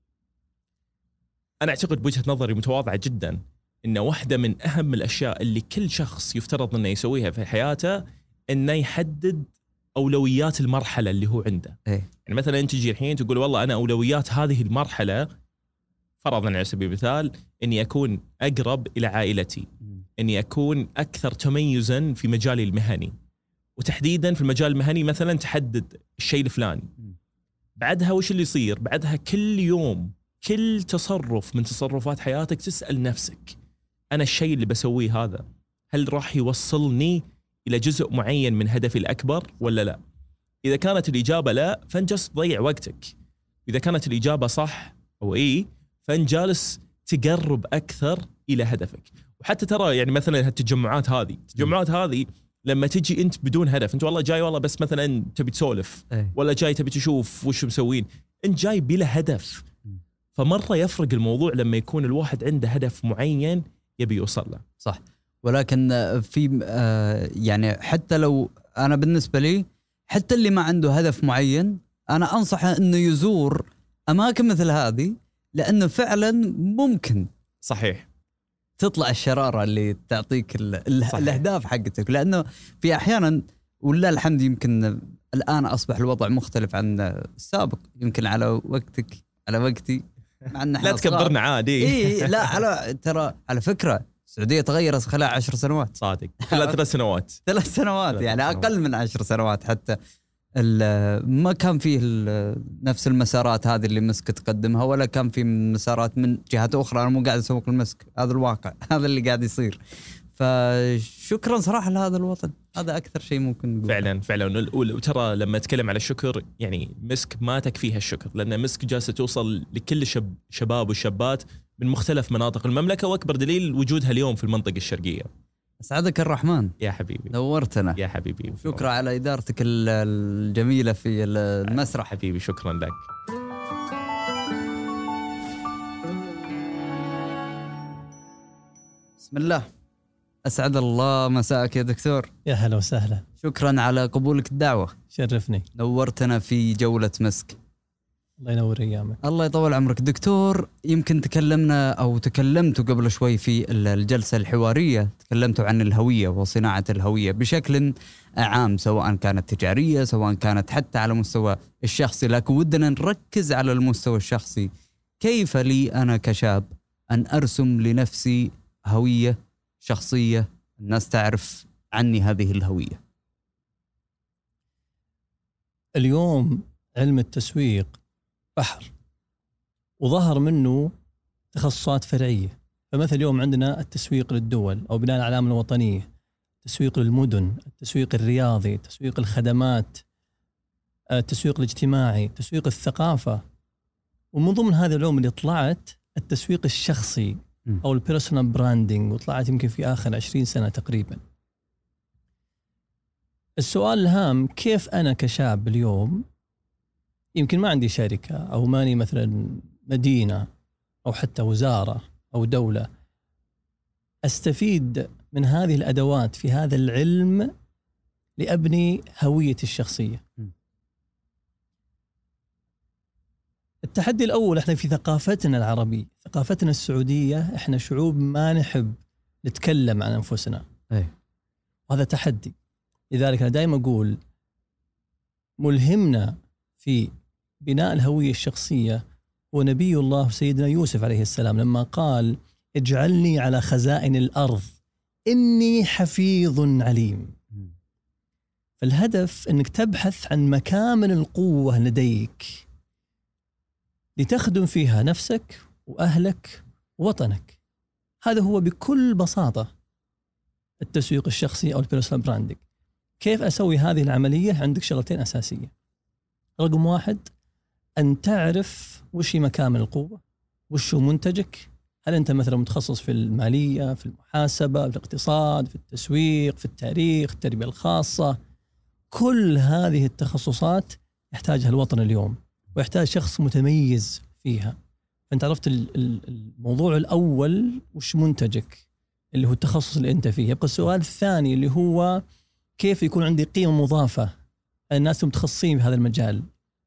أنا أعتقد بوجهة نظري متواضعة جدا إن واحدة من أهم الأشياء اللي كل شخص يفترض إنه يسويها في حياته إنه يحدد أولويات المرحلة اللي هو عنده. إيه؟ يعني مثلا أنت تجي الحين تقول والله أنا أولويات هذه المرحلة، فرضا على سبيل المثال إني أكون أقرب إلى عائلتي، إني أكون أكثر تميزا في مجالي المهني، وتحديدا في المجال المهني مثلا تحدد الشيء الفلاني. بعدها وش اللي يصير؟ بعدها كل يوم كل تصرف من تصرفات حياتك تسأل نفسك أنا الشيء اللي بسويه هذا هل راح يوصلني إلى جزء معين من هدفي الأكبر ولا لا؟ إذا كانت الإجابة لا فأنت جالس تضيع وقتك. إذا كانت الإجابة صح أو إيه فأنت جالس تقرب أكثر إلى هدفك. وحتى ترى يعني مثلا هالتجمعات هذه التجمعات هذه لما تجي أنت بدون هدف، أنت والله جاي والله بس مثلا تبي تسولف ولا جاي تبي تشوف وش مسوين، أنت جاي بلا هدف. فمرة يفرق الموضوع لما يكون الواحد عنده هدف معين يبي يوصل له. صح. ولكن في يعني حتى لو أنا بالنسبة لي حتى اللي ما عنده هدف معين أنا أنصحه إنه يزور أماكن مثل هذه، لأنه فعلا ممكن صحيح تطلع الشرارة اللي تعطيك الأهداف حقتك. لأنه في أحيانا ولا الحمد يمكن الآن أصبح الوضع مختلف عن السابق، يمكن على وقتك على وقتي مع أن لا تكبرنا عادي. إيه لا على ترى على فكرة السعودية تغيرت خلال عشر سنوات. صادق خلال ثلاث سنوات ثلاث سنوات يعني أقل من عشر سنوات. حتى ما كان فيه نفس المسارات هذه اللي مسك تقدمها، ولا كان في مسارات من جهات أخرى. أنا مو قاعد أسوق المسك، هذا الواقع، هذا اللي قاعد يصير. فشكرا صراحة لهذا الوطن، هذا أكثر شيء ممكن نقول. فعلا فعلا. وترى لما أتكلم على الشكر يعني مسك ما تكفيها الشكر، لأن مسك جالسة توصل لكل شب شباب والشابات من مختلف مناطق المملكة، وأكبر دليل وجودها اليوم في المنطقة الشرقية. أسعدك الرحمن يا حبيبي، نورتنا يا حبيبي. شكرا على إدارتك الجميلة في المسرح. حبيبي شكرا لك. بسم الله. أسعد الله مساءك يا دكتور. يا هلا وسهلا. شكرا على قبولك الدعوة. شرفني. نورتنا في جولة مسك. الله ينور أيامك. الله يطول عمرك دكتور. يمكن تكلمنا أو تكلمتوا قبل شوي في الجلسة الحوارية، تكلمتوا عن الهوية وصناعة الهوية بشكل عام، سواء كانت تجارية سواء كانت حتى على مستوى الشخصي، لكن ودنا نركز على المستوى الشخصي. كيف لي أنا كشاب أن أرسم لنفسي هوية شخصية الناس تعرف عني هذه الهوية؟ اليوم علم التسويق بحر، وظهر منه تخصصات فرعية. فمثل اليوم عندنا التسويق للدول أو بناء العلامة الوطنية، التسويق للمدن، التسويق الرياضي، تسويق الخدمات، التسويق الاجتماعي، تسويق الثقافة. ومن ضمن هذه العلوم اللي طلعت التسويق الشخصي أو البيرسونال براندينج، وطلعت يمكن في آخر عشرين سنة تقريبا. السؤال الهام كيف أنا كشاب اليوم يمكن ما عندي شركة أو ماني مثلا مدينة أو حتى وزارة أو دولة، أستفيد من هذه الأدوات في هذا العلم لأبني هويتي الشخصية. التحدي الأول إحنا في ثقافتنا العربية، ثقافتنا السعودية، إحنا شعوب ما نحب نتكلم عن أنفسنا. أيه. وهذا تحدي. لذلك أنا دائما أقول ملهمنا في بناء الهوية الشخصية هو نبي الله سيدنا يوسف عليه السلام لما قال اجعلني على خزائن الأرض إني حفيظ عليم. فالهدف أنك تبحث عن مكامن القوة لديك لتخدم فيها نفسك وأهلك ووطنك. هذا هو بكل بساطة التسويق الشخصي أو البيرسونال براندنج. كيف أسوي هذه العملية؟ عندك شغلتين أساسية. رقم واحد، أن تعرف وش هي مكامن القوة، وش هو منتجك. هل أنت مثلا متخصص في المالية، في المحاسبة، في الاقتصاد، في التسويق، في التاريخ، التربية الخاصة؟ كل هذه التخصصات يحتاجها الوطن اليوم، ويحتاج شخص متميز فيها. فأنت عرفت الموضوع الأول وش منتجك اللي هو التخصص اللي أنت فيه. يبقى السؤال الثاني اللي هو كيف يكون عندي قيمة مضافة الناس المتخصصين في هذا المجال.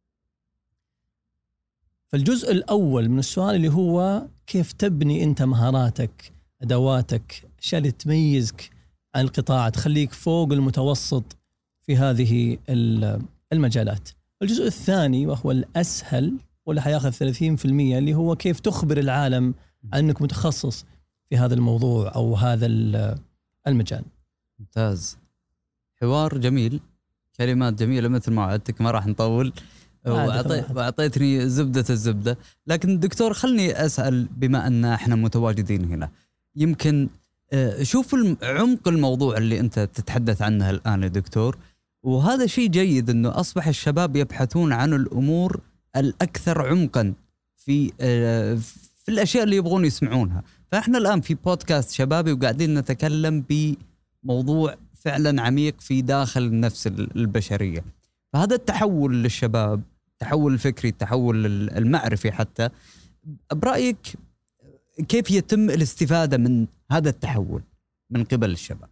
فالجزء الأول من السؤال اللي هو كيف تبني أنت مهاراتك، أدواتك، الأشياء اللي تميزك عن القطاع، تخليك فوق المتوسط في هذه المجالات. الجزء الثاني وهو الأسهل واللي حياخذ ثلاثين بالمئة اللي هو كيف تخبر العالم أنك متخصص في هذا الموضوع أو هذا المجال. ممتاز، حوار جميل، كلمات جميلة مثل ما وعدتك، ما راح نطول، وأعطيتني زبدة الزبدة. لكن دكتور خلني أسأل، بما أن احنا متواجدين هنا، يمكن شوف عمق الموضوع اللي أنت تتحدث عنه الآن يا دكتور، وهذا شيء جيد أنه أصبح الشباب يبحثون عن الأمور الأكثر عمقا في في الأشياء اللي يبغون يسمعونها. فإحنا الآن في بودكاست شبابي وقاعدين نتكلم بموضوع فعلا عميق في داخل النفس البشرية. فهذا التحول للشباب، التحول الفكري، التحول المعرفي حتى، برأيك كيف يتم الاستفادة من هذا التحول من قبل الشباب؟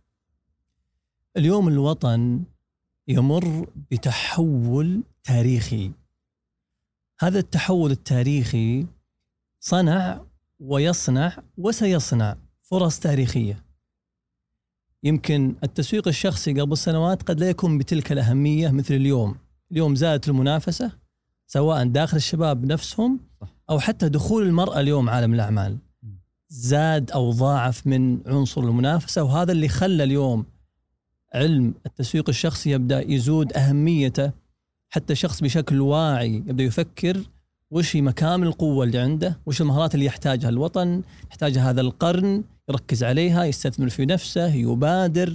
اليوم الوطن يمر بتحول تاريخي. هذا التحول التاريخي صنع ويصنع وسيصنع فرص تاريخية. يمكن التسويق الشخصي قبل سنوات قد لا يكون بتلك الأهمية مثل اليوم. اليوم زادت المنافسة سواء داخل الشباب نفسهم أو حتى دخول المرأة اليوم عالم الأعمال زاد أو ضاعف من عنصر المنافسة، وهذا اللي خلى اليوم علم التسويق الشخصي يبدأ يزود أهميته. حتى شخص بشكل واعي يبدأ يفكر وش هي مكامن القوة اللي عنده، وش المهارات اللي يحتاجها الوطن، يحتاجها هذا القرن، يركز عليها، يستثمر في نفسه، يبادر،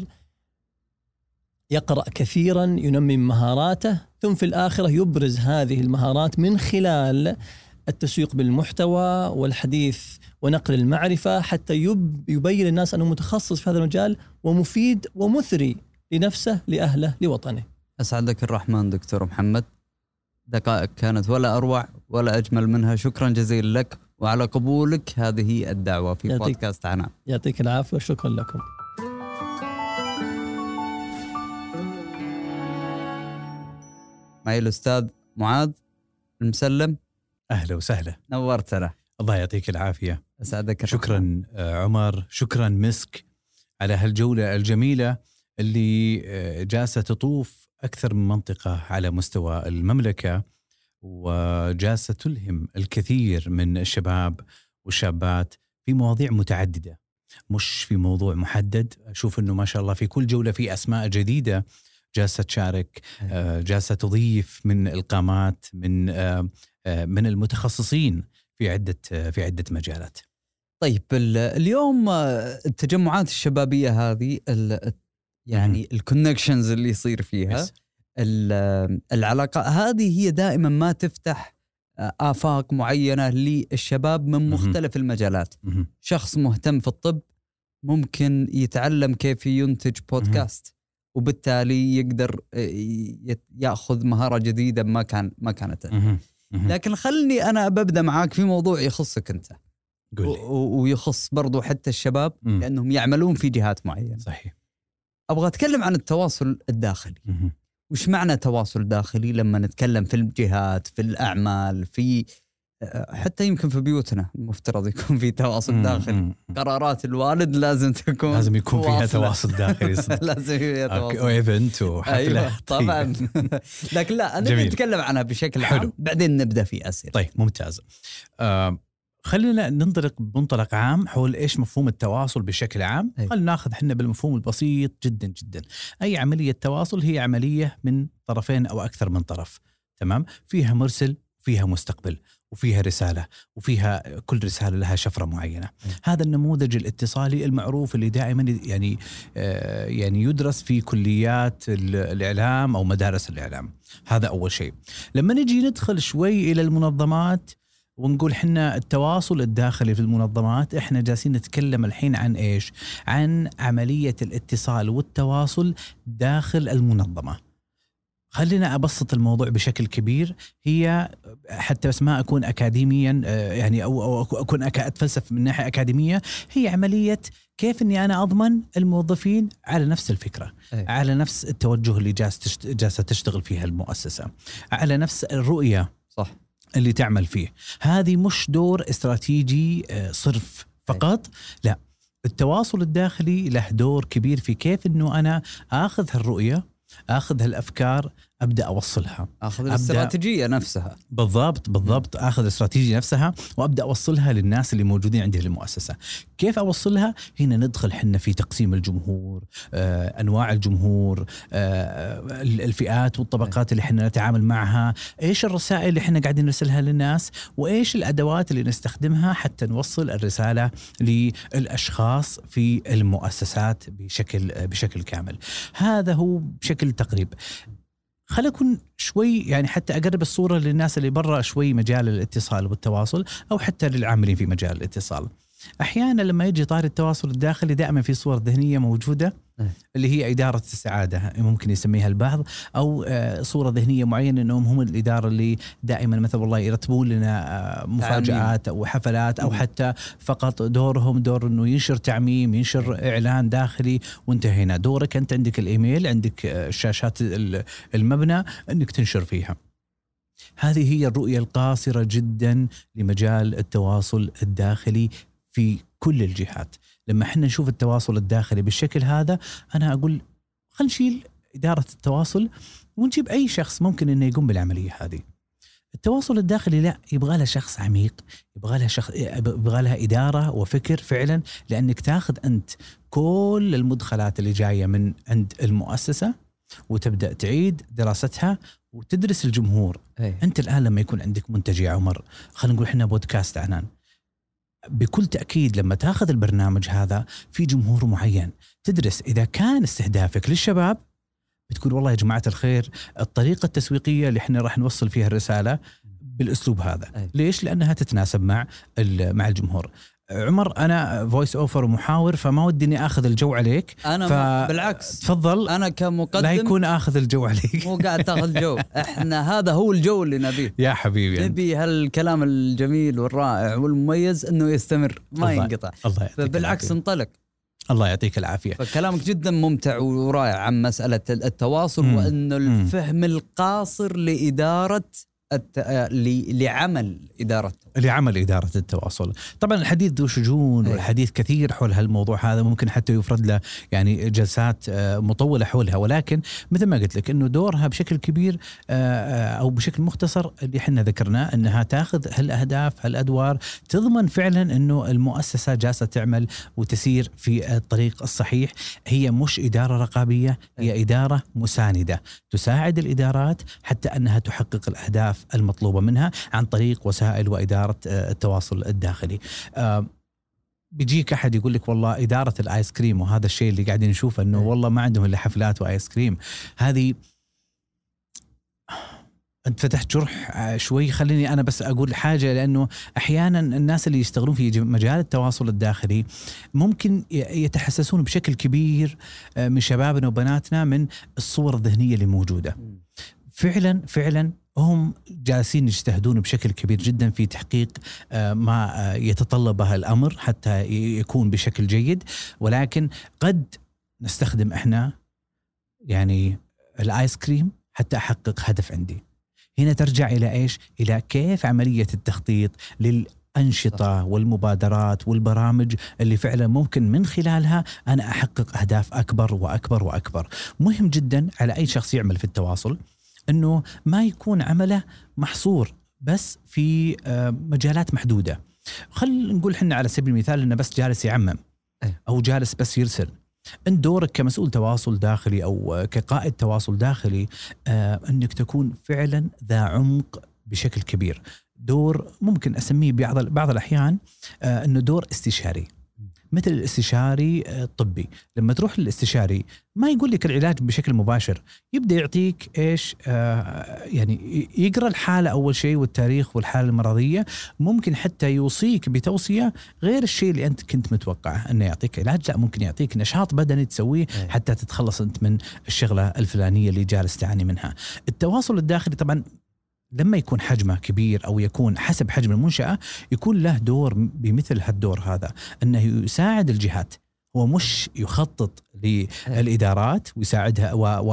يقرأ كثيرا، ينمي مهاراته، ثم في الآخرة يبرز هذه المهارات من خلال التسويق بالمحتوى والحديث ونقل المعرفة، حتى يبين الناس أنه متخصص في هذا المجال ومفيد ومثري لنفسه، لأهله، لوطنه. أسعدك الرحمن دكتور محمد، دقائق كانت ولا أروع ولا أجمل منها. شكرا جزيلا لك وعلى قبولك هذه الدعوة في يعطيك بودكاست عنان. يعطيك العافية وشكرا لكم. معي الأستاذ معاذ المسلم. أهلا وسهلا، نورتنا. الله يعطيك العافية. أسعدك. شكرا عمر، شكرا مسك على هالجولة الجميلة اللي جالسة تطوف أكثر من منطقة على مستوى المملكة، وجالسة تلهم الكثير من الشباب والشابات في مواضيع متعددة، مش في موضوع محدد. أشوف أنه ما شاء الله في كل جولة في أسماء جديدة جالسة تشارك، جالسة تضيف من القامات، من من المتخصصين في عدة في عدة مجالات. طيب اليوم التجمعات الشبابية هذه يعني الكونكشنز اللي يصير فيها، العلاقة هذه هي دائما ما تفتح آفاق معينة للشباب من مختلف المجالات. شخص مهتم في الطب ممكن يتعلم كيف ينتج بودكاست، وبالتالي يقدر يأخذ مهارة جديدة ما كان ما كانت. لكن خلني أنا ببدأ معاك في موضوع يخصك أنت ويخص برضو حتى الشباب، لأنهم يعملون في جهات معينة. صحيح. أبغى أتكلم عن التواصل الداخلي. وش معنى تواصل داخلي لما نتكلم في الجهات، في الأعمال، في حتى يمكن في بيوتنا المفترض يكون في تواصل داخلي. قرارات الوالد لازم تكون لازم يكون فيها تواصل داخلي. لازم فيها تواصل. وإيفنت وحفلة. أيوة طبعا. لكن لا، أنا نتكلم عنها بشكل عام، بعدين نبدأ في أسئلة. طيب ممتاز. آه خلينا ننطلق بمنطلق عام حول إيش مفهوم التواصل بشكل عام. أيوة. خلينا ناخذ حنا بالمفهوم البسيط جدا جدا. أي عملية تواصل هي عملية من طرفين أو أكثر من طرف، تمام؟ فيها مرسل فيها مستقبل، وفيها رسالة، وفيها كل رسالة لها شفرة معينة. م. هذا النموذج الاتصالي المعروف اللي دائما يعني يعني يدرس في كليات الإعلام أو مدارس الإعلام. هذا أول شيء. لما نجي ندخل شوي إلى المنظمات ونقول حنا التواصل الداخلي في المنظمات، احنا جالسين نتكلم الحين عن ايش؟ عن عملية الاتصال والتواصل داخل المنظمة. خلينا أبسط الموضوع بشكل كبير، هي حتى بس ما أكون أكاديميا يعني أو, أو أكون أتفلسف من ناحية أكاديمية، هي عملية كيف أني أنا أضمن الموظفين على نفس الفكرة، أي. على نفس التوجه اللي جالسة تشتغل فيها المؤسسة، على نفس الرؤية صح اللي تعمل فيه. هذه مش دور استراتيجي صرف فقط، لا، التواصل الداخلي له دور كبير في كيف أنه أنا أخذ هالرؤية، أخذ هالأفكار، أبدأ أوصلها، أخذ الاستراتيجية نفسها. بالضبط بالضبط م. أخذ الاستراتيجية نفسها وأبدأ أوصلها للناس اللي موجودين عندي في المؤسسة. كيف أوصلها؟ هنا ندخل حنا في تقسيم الجمهور، آه، أنواع الجمهور، آه، الفئات والطبقات اللي حنا نتعامل معها، إيش الرسائل اللي حنا قاعدين نرسلها للناس، وإيش الأدوات اللي نستخدمها حتى نوصل الرسالة للأشخاص في المؤسسات بشكل بشكل كامل. هذا هو بشكل تقريب. خلينا نكون شوي يعني حتى أقرب الصورة للناس اللي برا شوي مجال الاتصال والتواصل، أو حتى للعاملين في مجال الاتصال. أحيانا لما يجي طار التواصل الداخلي دائما في صور ذهنية موجودة اللي هي إدارة السعادة ممكن يسميها البعض، أو صورة ذهنية معينة أنهم هم الإدارة اللي دائما مثلا والله يرتبون لنا مفاجآت أو حفلات، أو حتى فقط دورهم دور أنه ينشر تعميم، ينشر إعلان داخلي، وانتهينا. دورك أنت عندك الإيميل، عندك الشاشات المبنى أنك تنشر فيها. هذه هي الرؤية القاصرة جدا لمجال التواصل الداخلي في كل الجهات. لما احنا نشوف التواصل الداخلي بالشكل هذا، أنا أقول خلينا نشيل إدارة التواصل ونجيب أي شخص ممكن إنه يقوم بالعملية هذه. التواصل الداخلي لا، يبغى له شخص عميق، يبغى له شخص، يبغى لها إدارة وفكر فعلا، لأنك تاخذ أنت كل المدخلات اللي جاية من عند المؤسسة وتبدأ تعيد دراستها وتدرس الجمهور. أي. أنت الآن لما يكون عندك منتج يا عمر، خلينا نقول إحنا بودكاست عنان، بكل تأكيد لما تاخذ البرنامج هذا في جمهور معين، تدرس إذا كان استهدافك للشباب، بتقول والله يا جماعة الخير الطريقة التسويقية اللي احنا راح نوصل فيها الرسالة بالأسلوب هذا. أي. ليش؟ لأنها تتناسب مع مع الجمهور. عمر أنا فويس أوفر ومحاور، فما ودي إني أخذ الجو عليك. أنا ف... بالعكس تفضل، أنا كمقدم لا يكون أخذ الجو عليك. مو قاعد تأخذ جو، إحنا هذا هو الجو اللي نبيه يا حبيبي. نبي هالكلام الجميل والرائع والمميز إنه يستمر ما الله ينقطع. الله يعطيك بالعكس العافية. انطلق. الله يعطيك العافية. فكلامك جدا ممتع ورائع عن مسألة التواصل، مم. وأنه الفهم القاصر لإدارة الت... لعمل إدارة لعمل إدارة التواصل. طبعا الحديث ذو شجون والحديث كثير حول هالموضوع هذا، ممكن حتى يفرد له يعني جلسات مطولة حولها، ولكن مثل ما قلت لك إنه دورها بشكل كبير أو بشكل مختصر اللي حنا ذكرناه، أنها تأخذ هالأهداف هالأدوار، تضمن فعلا إنه المؤسسة جالسة تعمل وتسير في الطريق الصحيح. هي مش إدارة رقابية، هي إدارة مساندة تساعد الإدارات حتى أنها تحقق الأهداف المطلوبة منها عن طريق وسائل وإدارة التواصل الداخلي. بيجيك أحد يقول لك والله إدارة الآيس كريم، وهذا الشيء اللي قاعدين نشوفه أنه والله ما عندهم إلا حفلات وآيس كريم. هذه أنت فتحت جرح شوي. خليني أنا بس أقول حاجة، لأنه أحيانا الناس اللي يشتغلون في مجال التواصل الداخلي ممكن يتحسسون بشكل كبير من شبابنا وبناتنا من الصور الذهنية اللي موجودة. فعلا فعلا هم جالسين يجتهدون بشكل كبير جدا في تحقيق ما يتطلبه الأمر حتى يكون بشكل جيد، ولكن قد نستخدم إحنا يعني الآيس كريم حتى أحقق هدف عندي. هنا ترجع إلى إيش؟ إلى كيف عملية التخطيط للأنشطة والمبادرات والبرامج اللي فعلا ممكن من خلالها أنا أحقق أهداف أكبر وأكبر وأكبر. مهم جدا على أي شخص يعمل في التواصل أنه ما يكون عمله محصور بس في مجالات محدودة. خل نقول حنا على سبيل المثال أنه بس جالس يعمم أو جالس بس يرسل. أن دورك كمسؤول تواصل داخلي أو كقائد تواصل داخلي أنك تكون فعلا ذا عمق بشكل كبير. دور ممكن أسميه بعض بعض الأحيان آه أنه دور استشاري، مثل الاستشاري الطبي. لما تروح للاستشاري ما يقول لك العلاج بشكل مباشر، يبدأ يعطيك إيش آه يعني يقرأ الحالة أول شيء والتاريخ والحالة المرضية، ممكن حتى يوصيك بتوصية غير الشيء اللي أنت كنت متوقعه أنه يعطيك علاج، لا ممكن يعطيك نشاط بدني تسويه حتى تتخلص أنت من الشغلة الفلانية اللي جالس تعاني منها. التواصل الداخلي طبعا لما يكون حجمه كبير أو يكون حسب حجم المنشأة يكون له دور بمثل هالدور هذا، أنه يساعد الجهات، هو مش يخطط للإدارات ويساعدها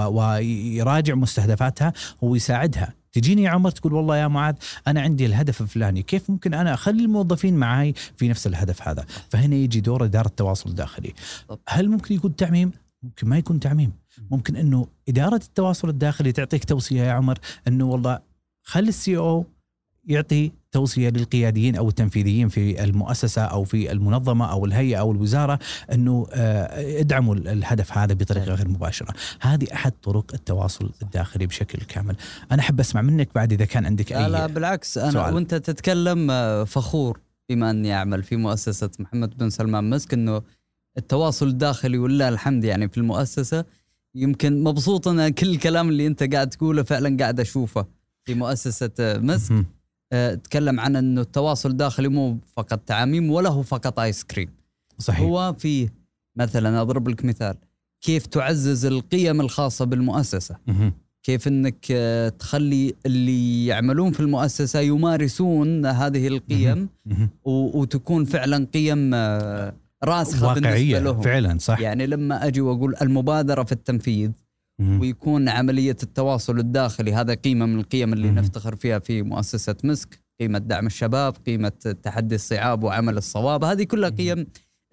ويراجع مستهدفاتها، هو يساعدها. تجيني يا عمر تقول والله يا معاذ أنا عندي الهدف الفلاني، كيف ممكن أنا أخلي الموظفين معي في نفس الهدف هذا؟ فهنا يجي دور إدارة التواصل الداخلي. هل ممكن يكون تعميم؟ ممكن ما يكون تعميم، ممكن أنه إدارة التواصل الداخلي تعطيك توصية يا عمر أنه والله خلي السي او يعطي توصية للقياديين أو التنفيذيين في المؤسسة أو في المنظمة أو الهيئة أو الوزارة أنه ادعموا الهدف هذا بطريقة غير مباشرة. هذه أحد طرق التواصل الداخلي بشكل كامل. أنا أحب أسمع منك بعد إذا كان عندك أي لا, لا بالعكس أنا سؤال. وأنت تتكلم فخور بما أني أعمل في مؤسسة محمد بن سلمان مسك أنه التواصل الداخلي والله الحمد يعني في المؤسسة يمكن مبسوط أنا كل الكلام اللي أنت قاعد تقوله فعلا قاعد أشوفه في مؤسسة مسك. أه تكلم عن أنه التواصل الداخلي مو فقط تعاميم ولا هو فقط آيس كريم. صحيح. هو فيه مثلا أضرب لك مثال كيف تعزز القيم الخاصة بالمؤسسة، كيف أنك تخلي اللي يعملون في المؤسسة يمارسون هذه القيم وتكون فعلا قيم راسخة واقعية بالنسبة لهم فعلا. صح. يعني لما أجي وأقول المبادرة في التنفيذ ويكون عملية التواصل الداخلي هذا قيمة من القيم اللي مم. نفتخر فيها في مؤسسة مسك، قيمة دعم الشباب، قيمة تحدي الصعاب وعمل الصواب، هذه كلها قيم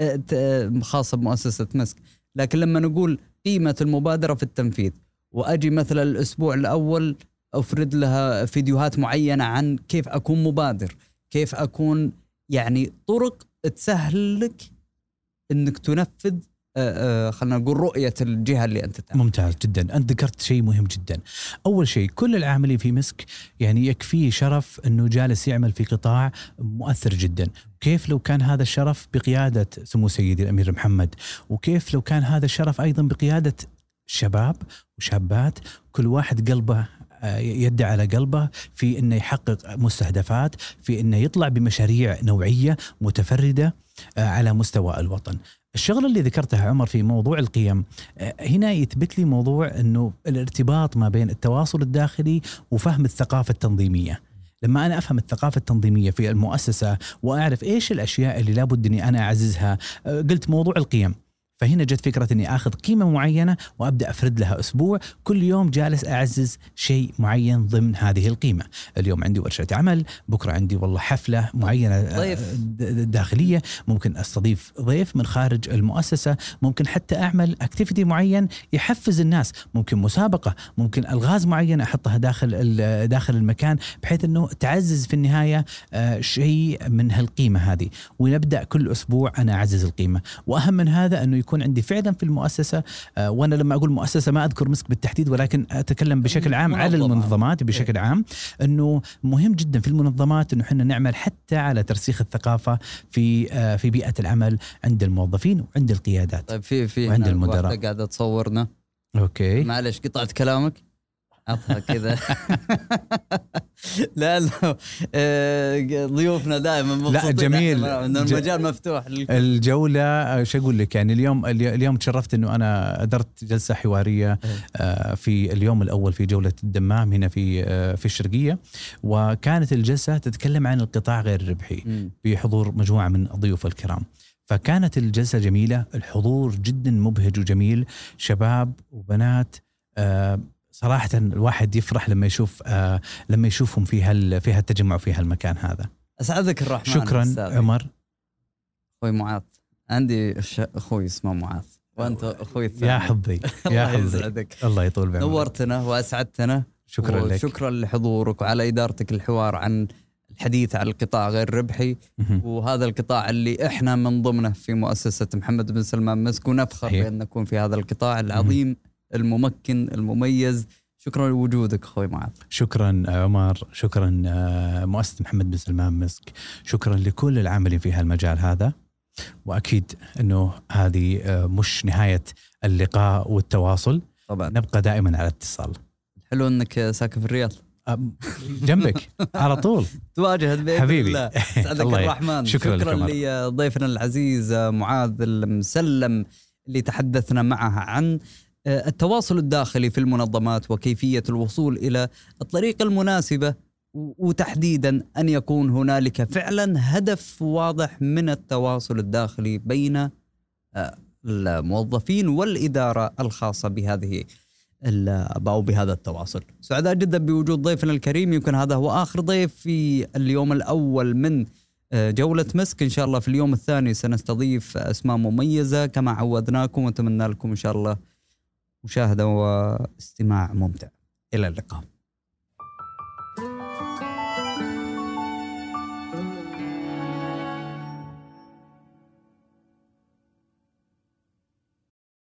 خاصة بمؤسسة مسك. لكن لما نقول قيمة المبادرة في التنفيذ وأجي مثلا الأسبوع الأول أفرد لها فيديوهات معينة عن كيف أكون مبادر، كيف أكون يعني طرق تسهل لك أنك تنفذ آه آه خلنا نقول رؤية الجهة اللي أنت تعمل. ممتاز جدا. أنت ذكرت شيء مهم جدا. أول شيء كل العاملين في مسك يعني يكفيه شرف أنه جالس يعمل في قطاع مؤثر جدا. كيف لو كان هذا الشرف بقيادة سمو سيدي الأمير محمد، وكيف لو كان هذا الشرف أيضا بقيادة شباب وشابات كل واحد قلبه يدعي على قلبه في أنه يحقق مستهدفات، في أنه يطلع بمشاريع نوعية متفردة على مستوى الوطن. الشغل اللي ذكرتها عمر في موضوع القيم هنا يثبت لي موضوع أنه الارتباط ما بين التواصل الداخلي وفهم الثقافة التنظيمية. لما أنا أفهم الثقافة التنظيمية في المؤسسة وأعرف إيش الأشياء اللي لابد أني أنا أعززها، قلت موضوع القيم، فهنا جت فكرة أني أخذ قيمة معينة وأبدأ أفرد لها أسبوع، كل يوم جالس أعزز شيء معين ضمن هذه القيمة. اليوم عندي ورشة عمل، بكرة عندي والله حفلة معينة ضيف. داخلية، ممكن أستضيف ضيف من خارج المؤسسة، ممكن حتى أعمل أكتيفيتي معين يحفز الناس، ممكن مسابقة، ممكن ألغاز معينة أحطها داخل داخل المكان بحيث أنه تعزز في النهاية شيء من هالقيمة هذه، ونبدأ كل أسبوع أنا أعزز القيمة. وأهم من هذا أنه يكون عندي فعلا في المؤسسة، آه وأنا لما أقول مؤسسة ما أذكر مسك بالتحديد ولكن أتكلم بشكل عام على المنظمات بشكل عام، أنه مهم جدا في المنظمات أنه حنا نعمل حتى على ترسيخ الثقافة في آه في بيئة العمل عند الموظفين وعند القيادات. طيب في في وعند المدراء. قاعدة تصورنا. أوكي. معلش قطعت كلامك. عطها كذا. لا لا ضيوفنا دائما مبسوطين. لا جميل ان المجال مفتوح للكل. الجولة شو اقول لك يعني اليوم اليوم تشرفت انه انا ادرت جلسة حوارية في اليوم الاول في جولة الدمام هنا في في الشرقية، وكانت الجلسة تتكلم عن القطاع غير الربحي بحضور مجموعة من الضيوف الكرام. فكانت الجلسة جميلة، الحضور جدا مبهج وجميل، شباب وبنات. صراحة الواحد يفرح لما يشوف آه لما يشوفهم في هال في هالتجمع في هالمكان هذا. أسعدك الرحمن. شكرا أستاذي. عمر. أخوي معاذ، عندي أخوي اسمه معاذ وأنت أخوي الثاني. يا حبي يا حبي. يسعدك. الله يطول بعمرك. نورتنا وأسعدتنا. شكرا لك. شكرا لحضورك وعلى إدارتك الحوار عن الحديث عن القطاع غير الربحي، وهذا القطاع اللي إحنا من ضمنه في مؤسسة محمد بن سلمان مسك، ونفخر بأن نكون في هذا القطاع العظيم الممكن المميز. شكرا لوجودك أخوي معاذ. شكرا عمر، شكرا مؤسسة محمد بن سلمان مسك، شكرا لكل العاملين في هالمجال هذا. وأكيد أنه هذه مش نهاية اللقاء والتواصل، طبعا نبقى دائما على اتصال. حلو أنك ساكن في الرياض، جنبك على طول تواجهت بإذن حبيبي الله. سعدك الرحمن. شكرا, شكرا لضيفنا العزيز معاذ المسلم اللي تحدثنا معها عن التواصل الداخلي في المنظمات وكيفية الوصول إلى الطريقة المناسبة، وتحديدا أن يكون هنالك فعلا هدف واضح من التواصل الداخلي بين الموظفين والإدارة الخاصة بهذه أو بهذا التواصل. سعداء جدا بوجود ضيفنا الكريم. يمكن هذا هو آخر ضيف في اليوم الأول من جولة مسك. إن شاء الله في اليوم الثاني سنستضيف أسماء مميزة كما عودناكم، وأتمنى لكم إن شاء الله مشاهدة واستماع ممتع. إلى اللقاء.